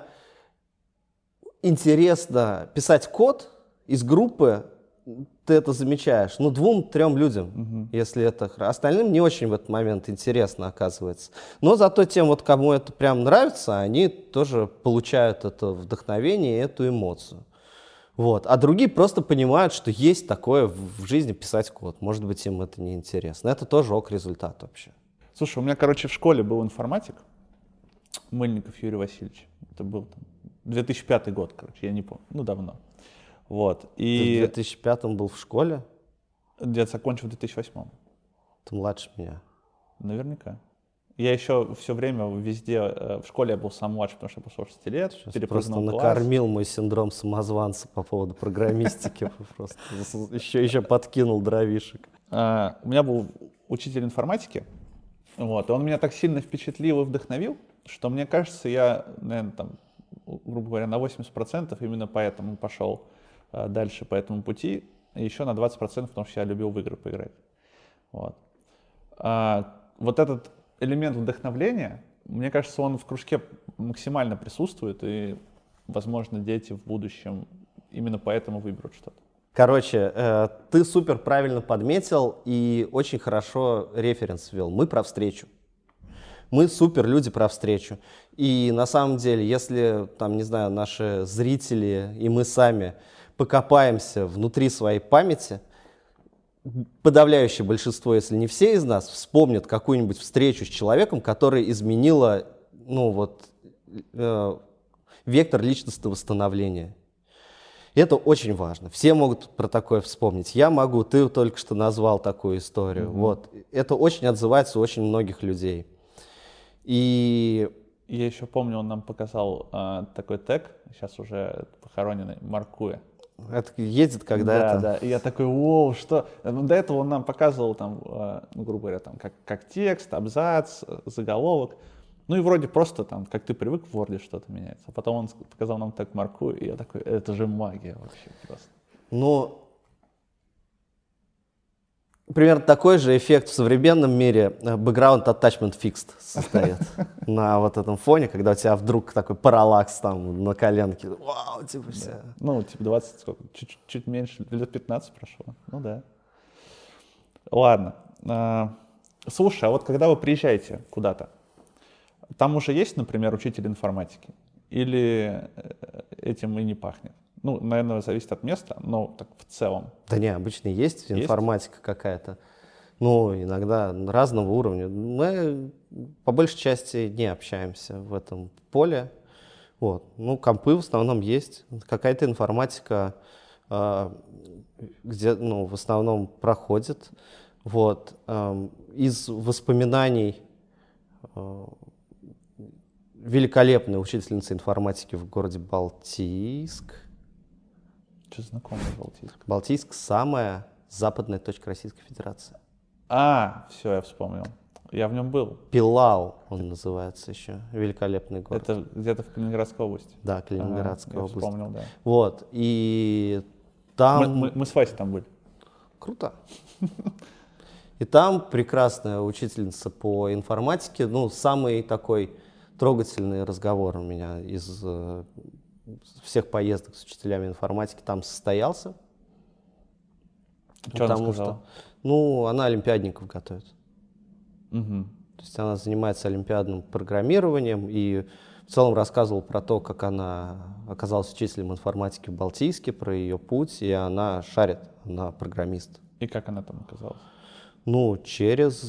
S1: интересно писать код из группы, ты это замечаешь, ну, 2-3 людям, если это хорошо. Остальным не очень в этот момент интересно, оказывается. Но зато тем, вот, кому это прям нравится, они тоже получают это вдохновение и эту эмоцию. Вот. А другие просто понимают, что есть такое в жизни писать код. Может быть, им это не интересно. Это тоже результат вообще.
S2: Слушай, у меня, короче, в школе был информатик, Мыльников Юрий Васильевич. Это был 2005 год, короче, я не помню, ну, давно. Вот. И...
S1: Ты в 2005-м был в школе?
S2: Я закончил в 2008-м.
S1: Ты младше меня.
S2: Наверняка. Я еще все время везде, в школе я был сам младше, потому что я был 6 лет.
S1: Просто накормил мой синдром самозванца по поводу программистики. Просто еще подкинул дровишек.
S2: У меня был учитель информатики, вот, и он меня так сильно впечатлил и вдохновил, что мне кажется, я, наверное, там, грубо говоря, на 80% именно поэтому пошел дальше по этому пути, и еще на 20%, потому что я любил в игры поиграть. Вот. Вот этот элемент вдохновления, мне кажется, он в кружке максимально присутствует, и, возможно, дети в будущем именно поэтому выберут что-то.
S1: Короче, ты супер правильно подметил и очень хорошо референс ввел. Мы про встречу. Мы супер люди про встречу. И на самом деле, если, там, не знаю, наши зрители и мы сами покопаемся внутри своей памяти, подавляющее большинство, если не все из нас, вспомнят какую-нибудь встречу с человеком, которая изменила вектор личностного становления. И это очень важно. Все могут про такое вспомнить. Я могу, ты только что назвал такую историю. Вот. Это очень отзывается у очень многих людей. И
S2: я еще помню, он нам показал такой тег, сейчас уже похороненный, Маркуя.
S1: Это едет когда-то.
S2: Да. И я такой, воу, что? До этого он нам показывал, там, грубо говоря, там, как текст, абзац, заголовок. Ну и вроде просто там, как ты привык, в Word что-то меняется. А потом он показал нам тег Маркуя, и я такой, это же магия вообще просто.
S1: Ну, примерно такой же эффект в современном мире background attachment fixed состоит на вот этом фоне, когда у тебя вдруг такой параллакс там на коленке. Вау, типа все.
S2: Ну, типа 20, сколько, чуть меньше, лет 15 прошло. Ну да. Ладно. Слушай, а вот когда вы приезжаете куда-то, там уже есть, например, учитель информатики? Или этим и не пахнет? Ну, наверное, зависит от места, но так в целом.
S1: Да не, обычно есть информатика какая-то. Ну, иногда разного уровня. Мы по большей части не общаемся в этом поле. Вот. Ну, компы в основном есть. Какая-то информатика, где, в основном проходит. Вот. Из воспоминаний великолепная учительница информатики в городе Балтийск.
S2: Что знакомый Балтийск?
S1: Балтийск — самая западная точка Российской Федерации.
S2: Все, я вспомнил. Я в нем был.
S1: Пилау он называется еще. Великолепный город.
S2: Это где-то в Калининградской области.
S1: Да, Калининградская область.
S2: Я вспомнил, да.
S1: Вот. И там...
S2: Мы с Васей там были.
S1: Круто. И там прекрасная учительница по информатике. Ну, самый такой трогательный разговор у меня из всех поездок с учителями информатики там состоялся.
S2: Что она сказала?
S1: Она олимпиадников готовит. То есть она занимается олимпиадным программированием и в целом рассказывала про то, как она оказалась учителем информатики в Балтийске, про ее путь, и она шарит, она программист.
S2: И как она там оказалась?
S1: Через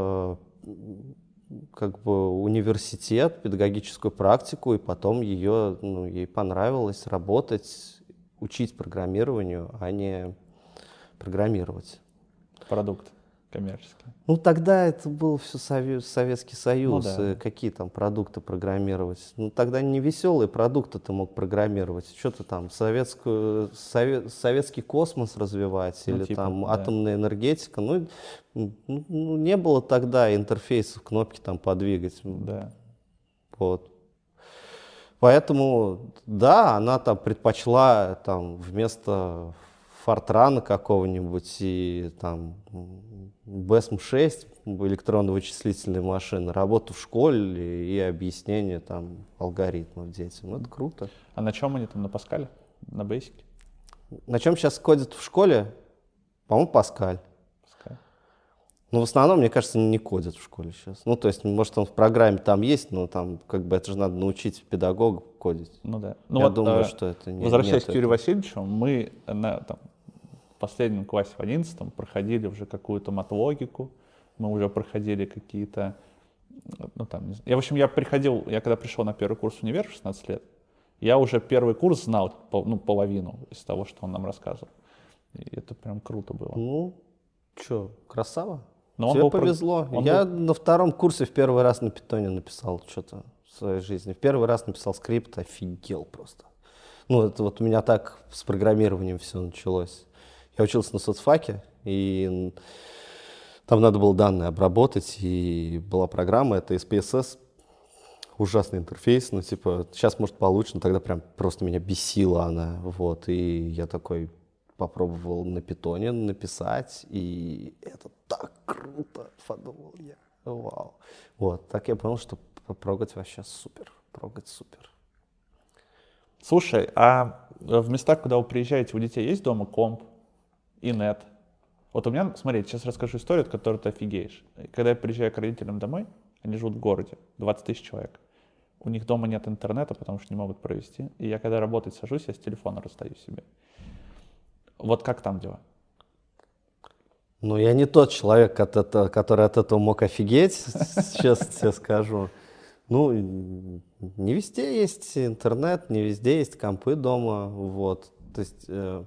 S1: университет, педагогическую практику, и потом ей понравилось работать, учить программированию, а не программировать.
S2: Продукт коммерческий.
S1: Тогда это был все Советский Союз,
S2: да.
S1: Какие там продукты программировать. Тогда не веселые продукты ты мог программировать. Что ты там, советский космос развивать или там атомная энергетика. Не было тогда интерфейсов, кнопки там подвигать.
S2: Да.
S1: Вот. Поэтому, да, она там предпочла там вместо Фортрана какого-нибудь и там БЭСМ-6, электронно-вычислительной машины, работу в школе и объяснение там алгоритмов детям. Это круто.
S2: А на чем они там, на Паскале? На Бейсике?
S1: На чем сейчас кодят в школе? По-моему, Паскаль. В основном, мне кажется, не кодят в школе сейчас. То есть, может, он в программе там есть, но там это же надо научить педагога кодить.
S2: Да.
S1: Я думаю, что это не...
S2: Возвращаясь к Юрию Васильевичу, мы в последнем классе, в 11-м, проходили уже какую-то матлогику, мы уже проходили какие-то... Я когда пришел на первый курс в универ в 16 лет, я уже первый курс знал половину из того, что он нам рассказывал. И это прям круто было.
S1: Красава.
S2: Но
S1: тебе повезло. Я на втором курсе в первый раз на питоне написал что-то в своей жизни. В первый раз написал скрипт, офигел просто. Это вот у меня так с программированием все началось. Я учился на соцфаке, и там надо было данные обработать, и была программа, это SPSS, ужасный интерфейс, сейчас может получше, но тогда прям просто меня бесила она, вот, и я такой попробовал на питоне написать, и это так круто, подумал я, вау. Вот, так я понял, что прогать вообще супер, прогать супер.
S2: Слушай, а в местах, куда вы приезжаете, у детей есть дома комп и нет? Вот у меня, смотри, сейчас расскажу историю, от которой ты офигеешь. Когда я приезжаю к родителям домой, они живут в городе, 20 тысяч человек. У них дома нет интернета, потому что не могут провести. И я когда работать сажусь, я с телефона расстаю себе. Вот как там дела?
S1: Я не тот человек, который от этого мог офигеть, сейчас тебе скажу. Ну, не везде есть интернет, не везде есть компы дома, вот. То есть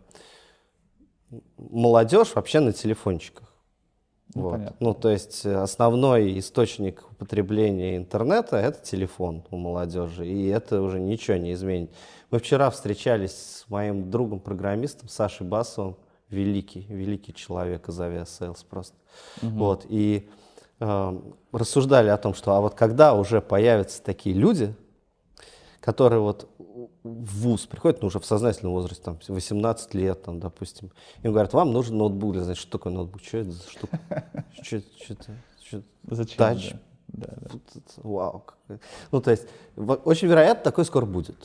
S1: молодежь вообще на телефончиках.
S2: Ну,
S1: Вот.
S2: понятно.
S1: Ну, то есть основной источник употребления интернета — это телефон у молодежи, и это уже ничего не изменит. Мы вчера встречались с моим другом-программистом Сашей Басовым, великий человек из авиасейлс просто. Вот, и рассуждали о том, что а вот когда уже появятся такие люди, которые вот в ВУЗ приходят, ну, уже в сознательном возрасте, там, 18 лет, там, допустим, им говорят, вам нужен ноутбук. Значит, что такое ноутбук? Что это за штука?
S2: Зачем?
S1: Тач?
S2: Да.
S1: Вау. Ну, то есть, очень вероятно, такое скоро будет.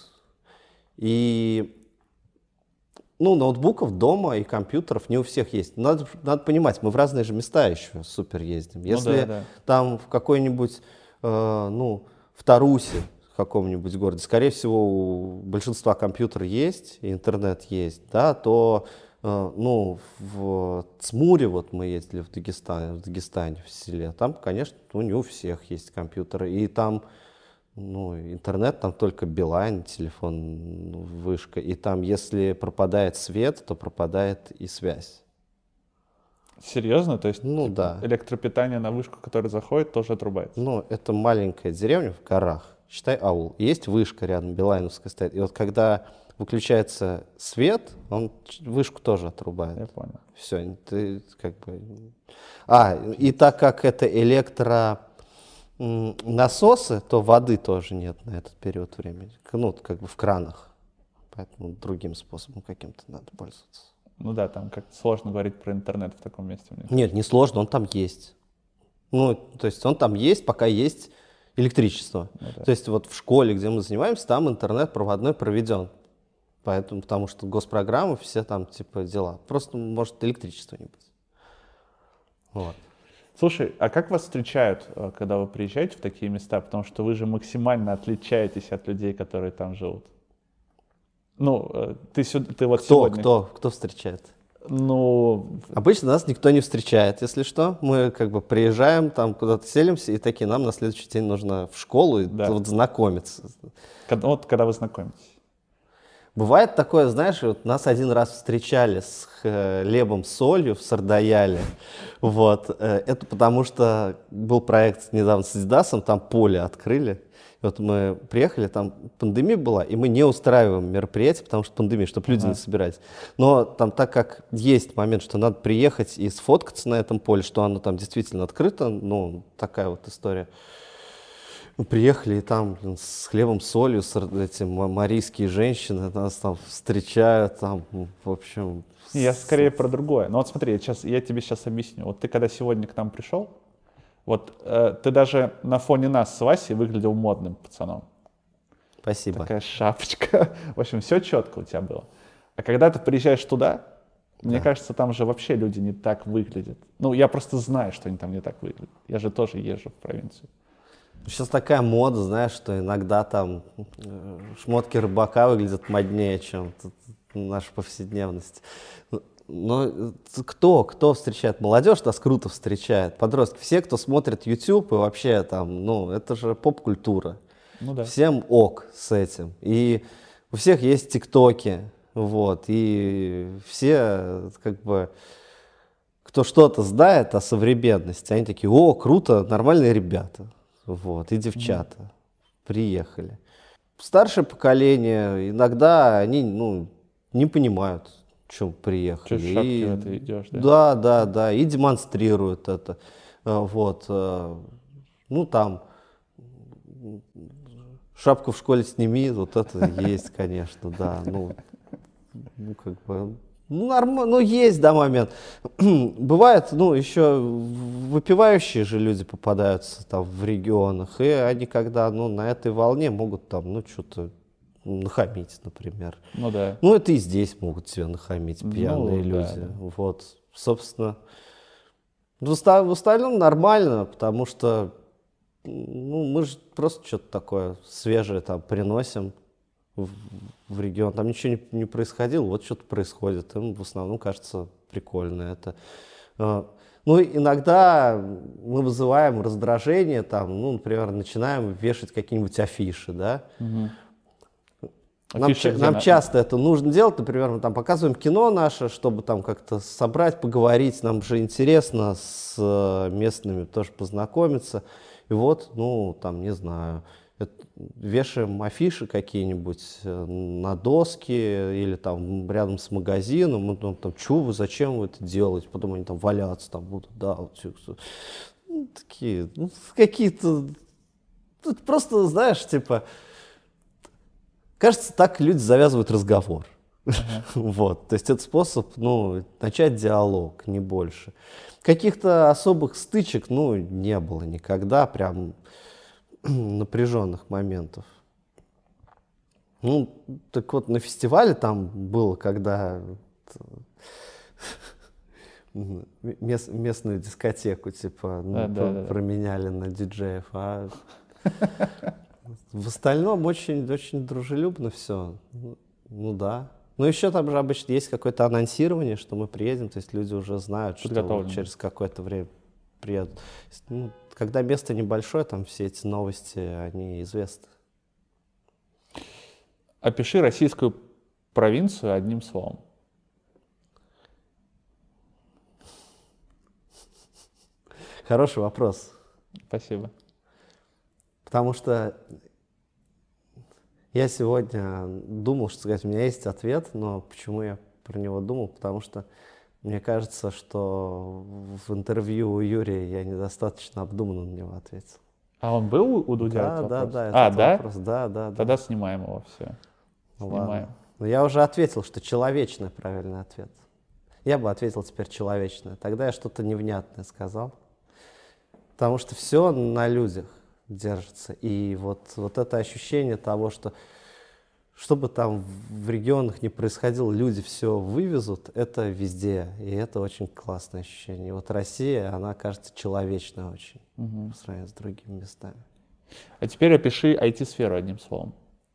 S1: И, ну, ноутбуков дома и компьютеров не у всех есть. Надо понимать, мы в разные же места еще супер ездим. Если там в какой-нибудь, ну, в Тарусе, в каком-нибудь городе, скорее всего, у большинства компьютер есть, и интернет есть, да, то, ну, в Цмуре, вот мы ездили в Дагестане, в селе, там, конечно, ну, не у всех есть компьютеры, и там, ну, интернет, там только Билайн, телефон, вышка, и там, если пропадает свет, то пропадает и связь.
S2: Серьезно? То есть
S1: Ну,
S2: типа,
S1: да.
S2: электропитание на вышку, которая заходит, тоже отрубается?
S1: Ну, это маленькая деревня в горах, считай аул. Есть вышка рядом, Билайновская стоит. И вот когда выключается свет, он вышку тоже отрубает.
S2: Я понял.
S1: Все, ты как бы... И так как это электронасосы, то воды тоже нет на этот период времени. Ну, как бы в кранах. Поэтому другим способом каким-то надо пользоваться.
S2: Ну да, там как-то сложно говорить про интернет в таком месте.
S1: Нет, не сложно, он там есть. Ну, то есть он там есть, пока есть электричество.
S2: Ну, да.
S1: То есть вот в школе, где мы занимаемся, там интернет проводной проведен. Поэтому, потому что госпрограммы, все там типа дела. Просто может электричества не быть. Вот.
S2: Слушай, а как вас встречают, когда вы приезжаете в такие места? Потому что вы же максимально отличаетесь от людей, которые там живут. Ну, ты вот сегодня...
S1: Кто встречает?
S2: Ну...
S1: Обычно нас никто не встречает, если что. Мы как бы приезжаем, там куда-то селимся, и такие, нам на следующий день нужно в школу и вот знакомиться.
S2: Вот когда вы знакомитесь.
S1: Бывает такое, знаешь, вот нас один раз встречали с хлебом с солью в Сардаяле. Вот. Это потому что был проект недавно с Адидасом, там поле открыли. И вот мы приехали, там пандемия была, и мы не устраиваем мероприятия, потому что пандемия, чтобы люди не собирались. Но там, так как есть момент, что надо приехать и сфоткаться на этом поле, что оно там действительно открыто, ну, такая вот история. Мы приехали, и там с хлебом, солью, эти марийские женщины нас там встречают, там, в общем...
S2: Я скорее про другое. Ну вот смотри, я тебе сейчас объясню. Вот ты когда сегодня к нам пришел, вот ты даже на фоне нас с Васей выглядел модным пацаном.
S1: Спасибо.
S2: Такая шапочка. В общем, все четко у тебя было. А когда ты приезжаешь туда, мне кажется, там же вообще люди не так выглядят. Ну, я просто знаю, что они там не так выглядят. Я же тоже езжу в провинцию.
S1: Сейчас такая мода, знаешь, что иногда там шмотки рыбака выглядят моднее, чем наша повседневность. Но кто встречает? Молодежь нас круто встречает, подростки. Все, кто смотрит YouTube и вообще там, ну, это же поп-культура.
S2: Ну да.
S1: Всем ок с этим. И у всех есть тиктоки, вот, и все, как бы, кто что-то знает о современности, они такие, о, круто, нормальные ребята, вот, и девчата приехали. Старшее поколение, иногда они, ну, не понимают, чем приехали.
S2: Что, шапки в это идешь, да?
S1: Да, и демонстрируют это. Вот. Ну, там, шапку в школе сними, вот это есть, конечно, да. Ну как бы, ну, нормально, ну, есть, да, момент. Бывает, ну, еще выпивающие же люди попадаются там в регионах, и они когда, ну, на этой волне могут там, ну, что-то нахамить, например.
S2: Ну да.
S1: Ну, это и здесь могут себе нахамить пьяные люди.
S2: Да.
S1: Вот, собственно. В остальном нормально, потому что, ну, мы же просто что-то такое свежее там приносим в регион. Там ничего не происходило, вот что-то происходит. Им в основном кажется прикольно это. Ну, иногда мы вызываем раздражение, там, ну, например, начинаем вешать какие-нибудь афиши, да. Нам часто это нужно делать, например, мы там показываем кино наше, чтобы там как-то собрать, поговорить, нам же интересно с местными тоже познакомиться. И вот, ну, там, не знаю, вешаем афиши какие-нибудь на доски или там рядом с магазином, мы там, чё вы, зачем вы это делаете, потом они там валяться там будут, да, вот, ну, такие, ну, какие-то, тут просто, знаешь, типа, кажется, так люди завязывают разговор. Вот, то есть это способ, ну, начать диалог, не больше. Каких-то особых стычек, ну, не было никогда, прям напряженных моментов. Ну, так вот, на фестивале там было, когда местную дискотеку, типа, променяли на диджеев, а в остальном очень, очень дружелюбно все. Ну да. Ну еще там же обычно есть какое-то анонсирование, что мы приедем, то есть люди уже знают, что через какое-то время приедут. Ну, когда место небольшое, там все эти новости, они известны.
S2: Опиши российскую провинцию одним словом.
S1: Хороший вопрос.
S2: Спасибо.
S1: Потому что я сегодня думал, что сказать, у меня есть ответ, но почему я про него думал? Потому что мне кажется, что в интервью у Юрия я недостаточно обдуманно на него ответил.
S2: А он был у Дудя?
S1: Да.
S2: Да?
S1: Да.
S2: Тогда снимаем его, все. Снимаем.
S1: Но я уже ответил, что человечный правильный ответ. Я бы ответил теперь человечное. Тогда я что-то невнятное сказал. Потому что все на людях держится. И вот это ощущение того, что бы там в регионах ни происходило, люди все вывезут, это везде. И это очень классное ощущение. И вот Россия, она кажется человечной очень по сравнению с другими местами.
S2: А теперь опиши IT-сферу одним словом.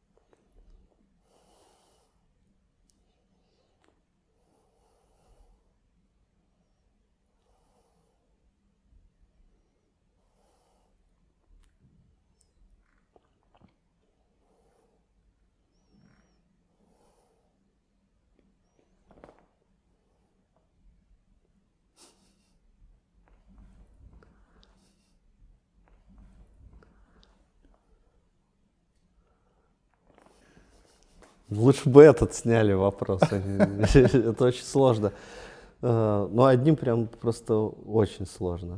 S1: Лучше бы этот сняли вопрос. Это очень сложно. Но одним прям просто очень сложно.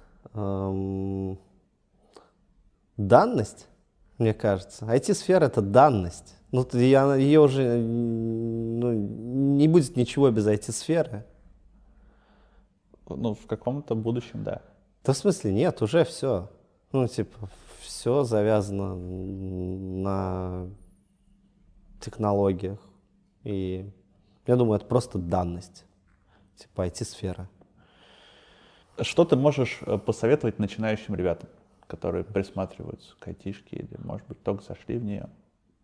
S1: Данность, мне кажется. IT-сфера — это данность. Ну, ее уже не будет ничего без IT-сферы.
S2: Ну, в каком-то будущем, да.
S1: Да в смысле нет, уже все. Ну, типа, все завязано на технологиях. И я думаю, это просто данность. Типа IT-сфера.
S2: Что ты можешь посоветовать начинающим ребятам, которые присматриваются к айтишке или, может быть, только зашли в нее?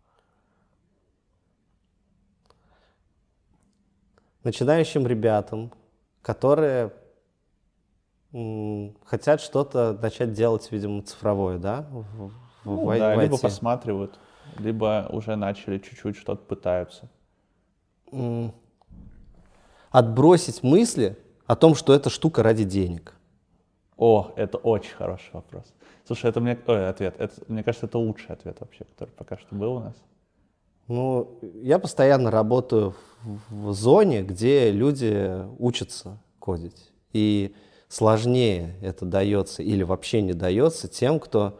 S1: Начинающим ребятам, которые хотят что-то начать делать, видимо, цифровое, да?
S2: Да, либо посматривают, либо уже начали чуть-чуть что-то пытаются.
S1: Отбросить мысли о том, что эта штука ради денег.
S2: О, это очень хороший вопрос. Слушай, мне кажется, это лучший ответ вообще, который пока что был у нас.
S1: Ну, я постоянно работаю в зоне, где люди учатся кодить. И сложнее это дается или вообще не дается тем, кто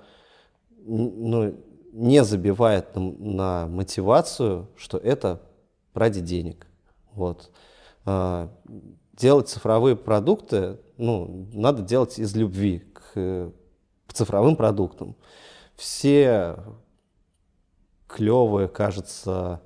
S1: не забивает на мотивацию, что это ради денег. Вот. Делать цифровые продукты, надо делать из любви к цифровым продуктам. Все клевые, кажется,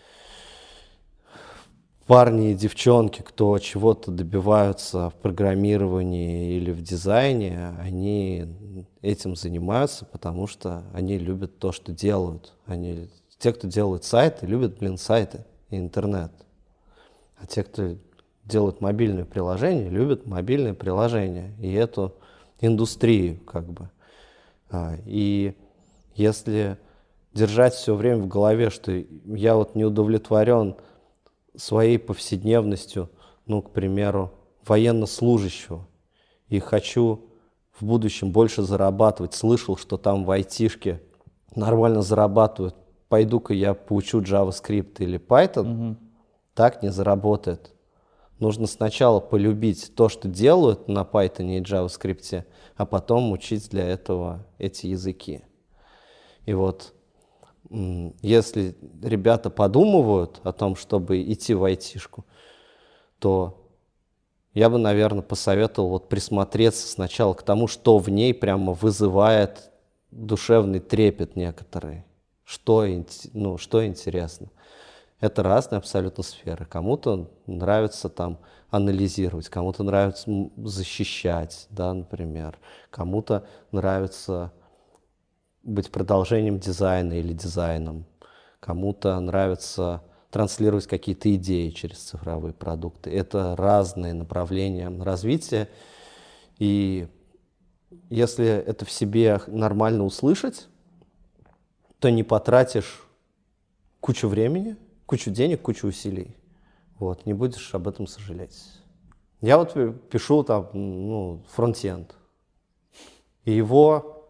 S1: парни и девчонки, кто чего-то добиваются в программировании или в дизайне, они этим занимаются, потому что они любят то, что делают. Те, кто делают сайты, любят, сайты и интернет. А те, кто делают мобильные приложения, любят мобильные приложения и эту индустрию как бы. И если держать все время в голове, что я вот не удовлетворен своей повседневностью, ну, к примеру, военнослужащего, и хочу в будущем больше зарабатывать, слышал, что там в айтишке нормально зарабатывают, пойду-ка я поучу JavaScript или Python, так не заработает. Нужно сначала полюбить то, что делают на Python и JavaScript, а потом учить для этого эти языки. И вот если ребята подумывают о том, чтобы идти в айтишку, то я бы, наверное, посоветовал вот присмотреться сначала к тому, что в ней прямо вызывает душевный трепет некоторый, что интересно. Это разные абсолютно сферы. Кому-то нравится там анализировать, кому-то нравится защищать, да, например. Кому-то нравится быть продолжением дизайна или дизайном. Кому-то нравится транслировать какие-то идеи через цифровые продукты. Это разные направления развития. И если это в себе нормально услышать, то не потратишь кучу времени, кучу денег, кучу усилий. Вот, не будешь об этом сожалеть. Я вот пишу там, фронтенд. И его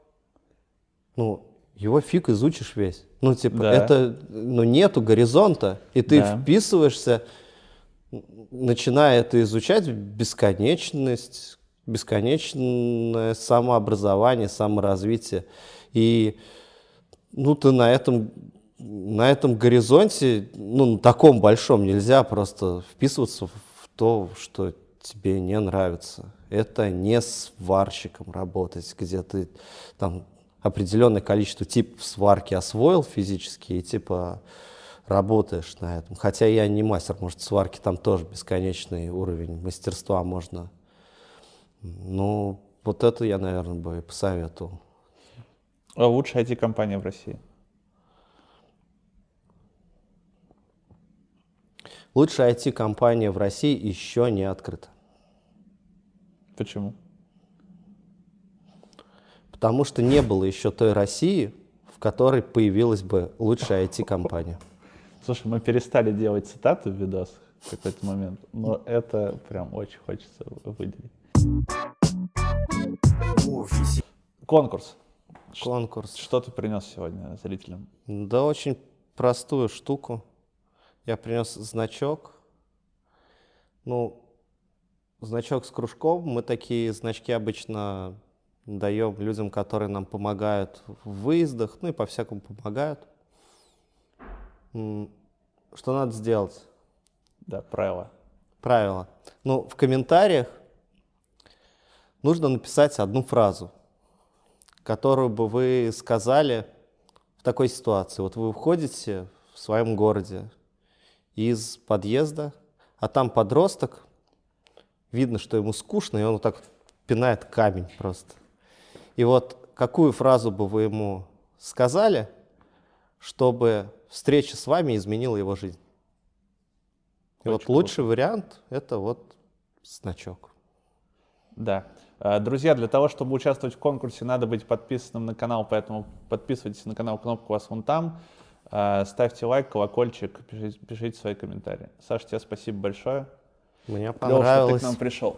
S1: фиг изучишь весь. Это, нету горизонта. И ты вписываешься, начиная это изучать, бесконечное самообразование, саморазвитие. И ты на этом горизонте, на таком большом, нельзя просто вписываться в то, что тебе не нравится. Это не сварщиком работать, где ты там определенное количество типов сварки освоил физически и работаешь на этом. Хотя я не мастер, может, сварки там тоже бесконечный уровень мастерства можно. Вот это я, наверное, бы и посоветовал.
S2: А лучшая IT-компания в России?
S1: Лучшая IT-компания в России еще не открыта.
S2: Почему?
S1: Потому что не было еще той России, в которой появилась бы лучшая IT-компания.
S2: Слушай, мы перестали делать цитаты в видосах в какой-то момент, но это прям очень хочется выделить. Конкурс. Что ты принес сегодня зрителям?
S1: Да, очень простую штуку. Я принес значок. Значок с кружком. Мы такие значки обычно даем людям, которые нам помогают в выездах, и по-всякому помогают. Что надо сделать?
S2: Да, правило.
S1: В комментариях нужно написать одну фразу, которую бы вы сказали в такой ситуации. Вот вы входите в своем городе из подъезда, а там подросток, видно, что ему скучно, и он вот так пинает камень просто. И вот какую фразу бы вы ему сказали, чтобы встреча с вами изменила его жизнь? И вот лучший вариант — это вот значок.
S2: Да. Друзья, для того, чтобы участвовать в конкурсе, надо быть подписанным на канал, поэтому подписывайтесь на канал, кнопка у вас вон там. Ставьте лайк, колокольчик, пишите свои комментарии. Саша, тебе спасибо большое.
S1: Мне понравилось.
S2: Клево, что ты к нам пришел.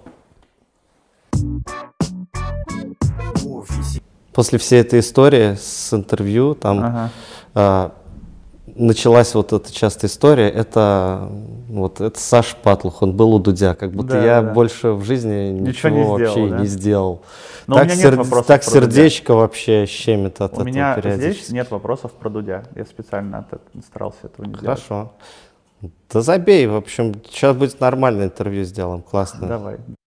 S1: После всей этой истории с интервью, там началась вот эта частая история, это Саша Патлух, он был у Дудя, как будто я больше в жизни ничего вообще не сделал.
S2: Но так,
S1: так сердечко Дудя вообще щемит от этого периодически.
S2: У меня здесь нет вопросов про Дудя, я специально старался этого не делать.
S1: Хорошо. Да забей, в общем, сейчас будет нормальное интервью сделаем, классно.
S2: Давай.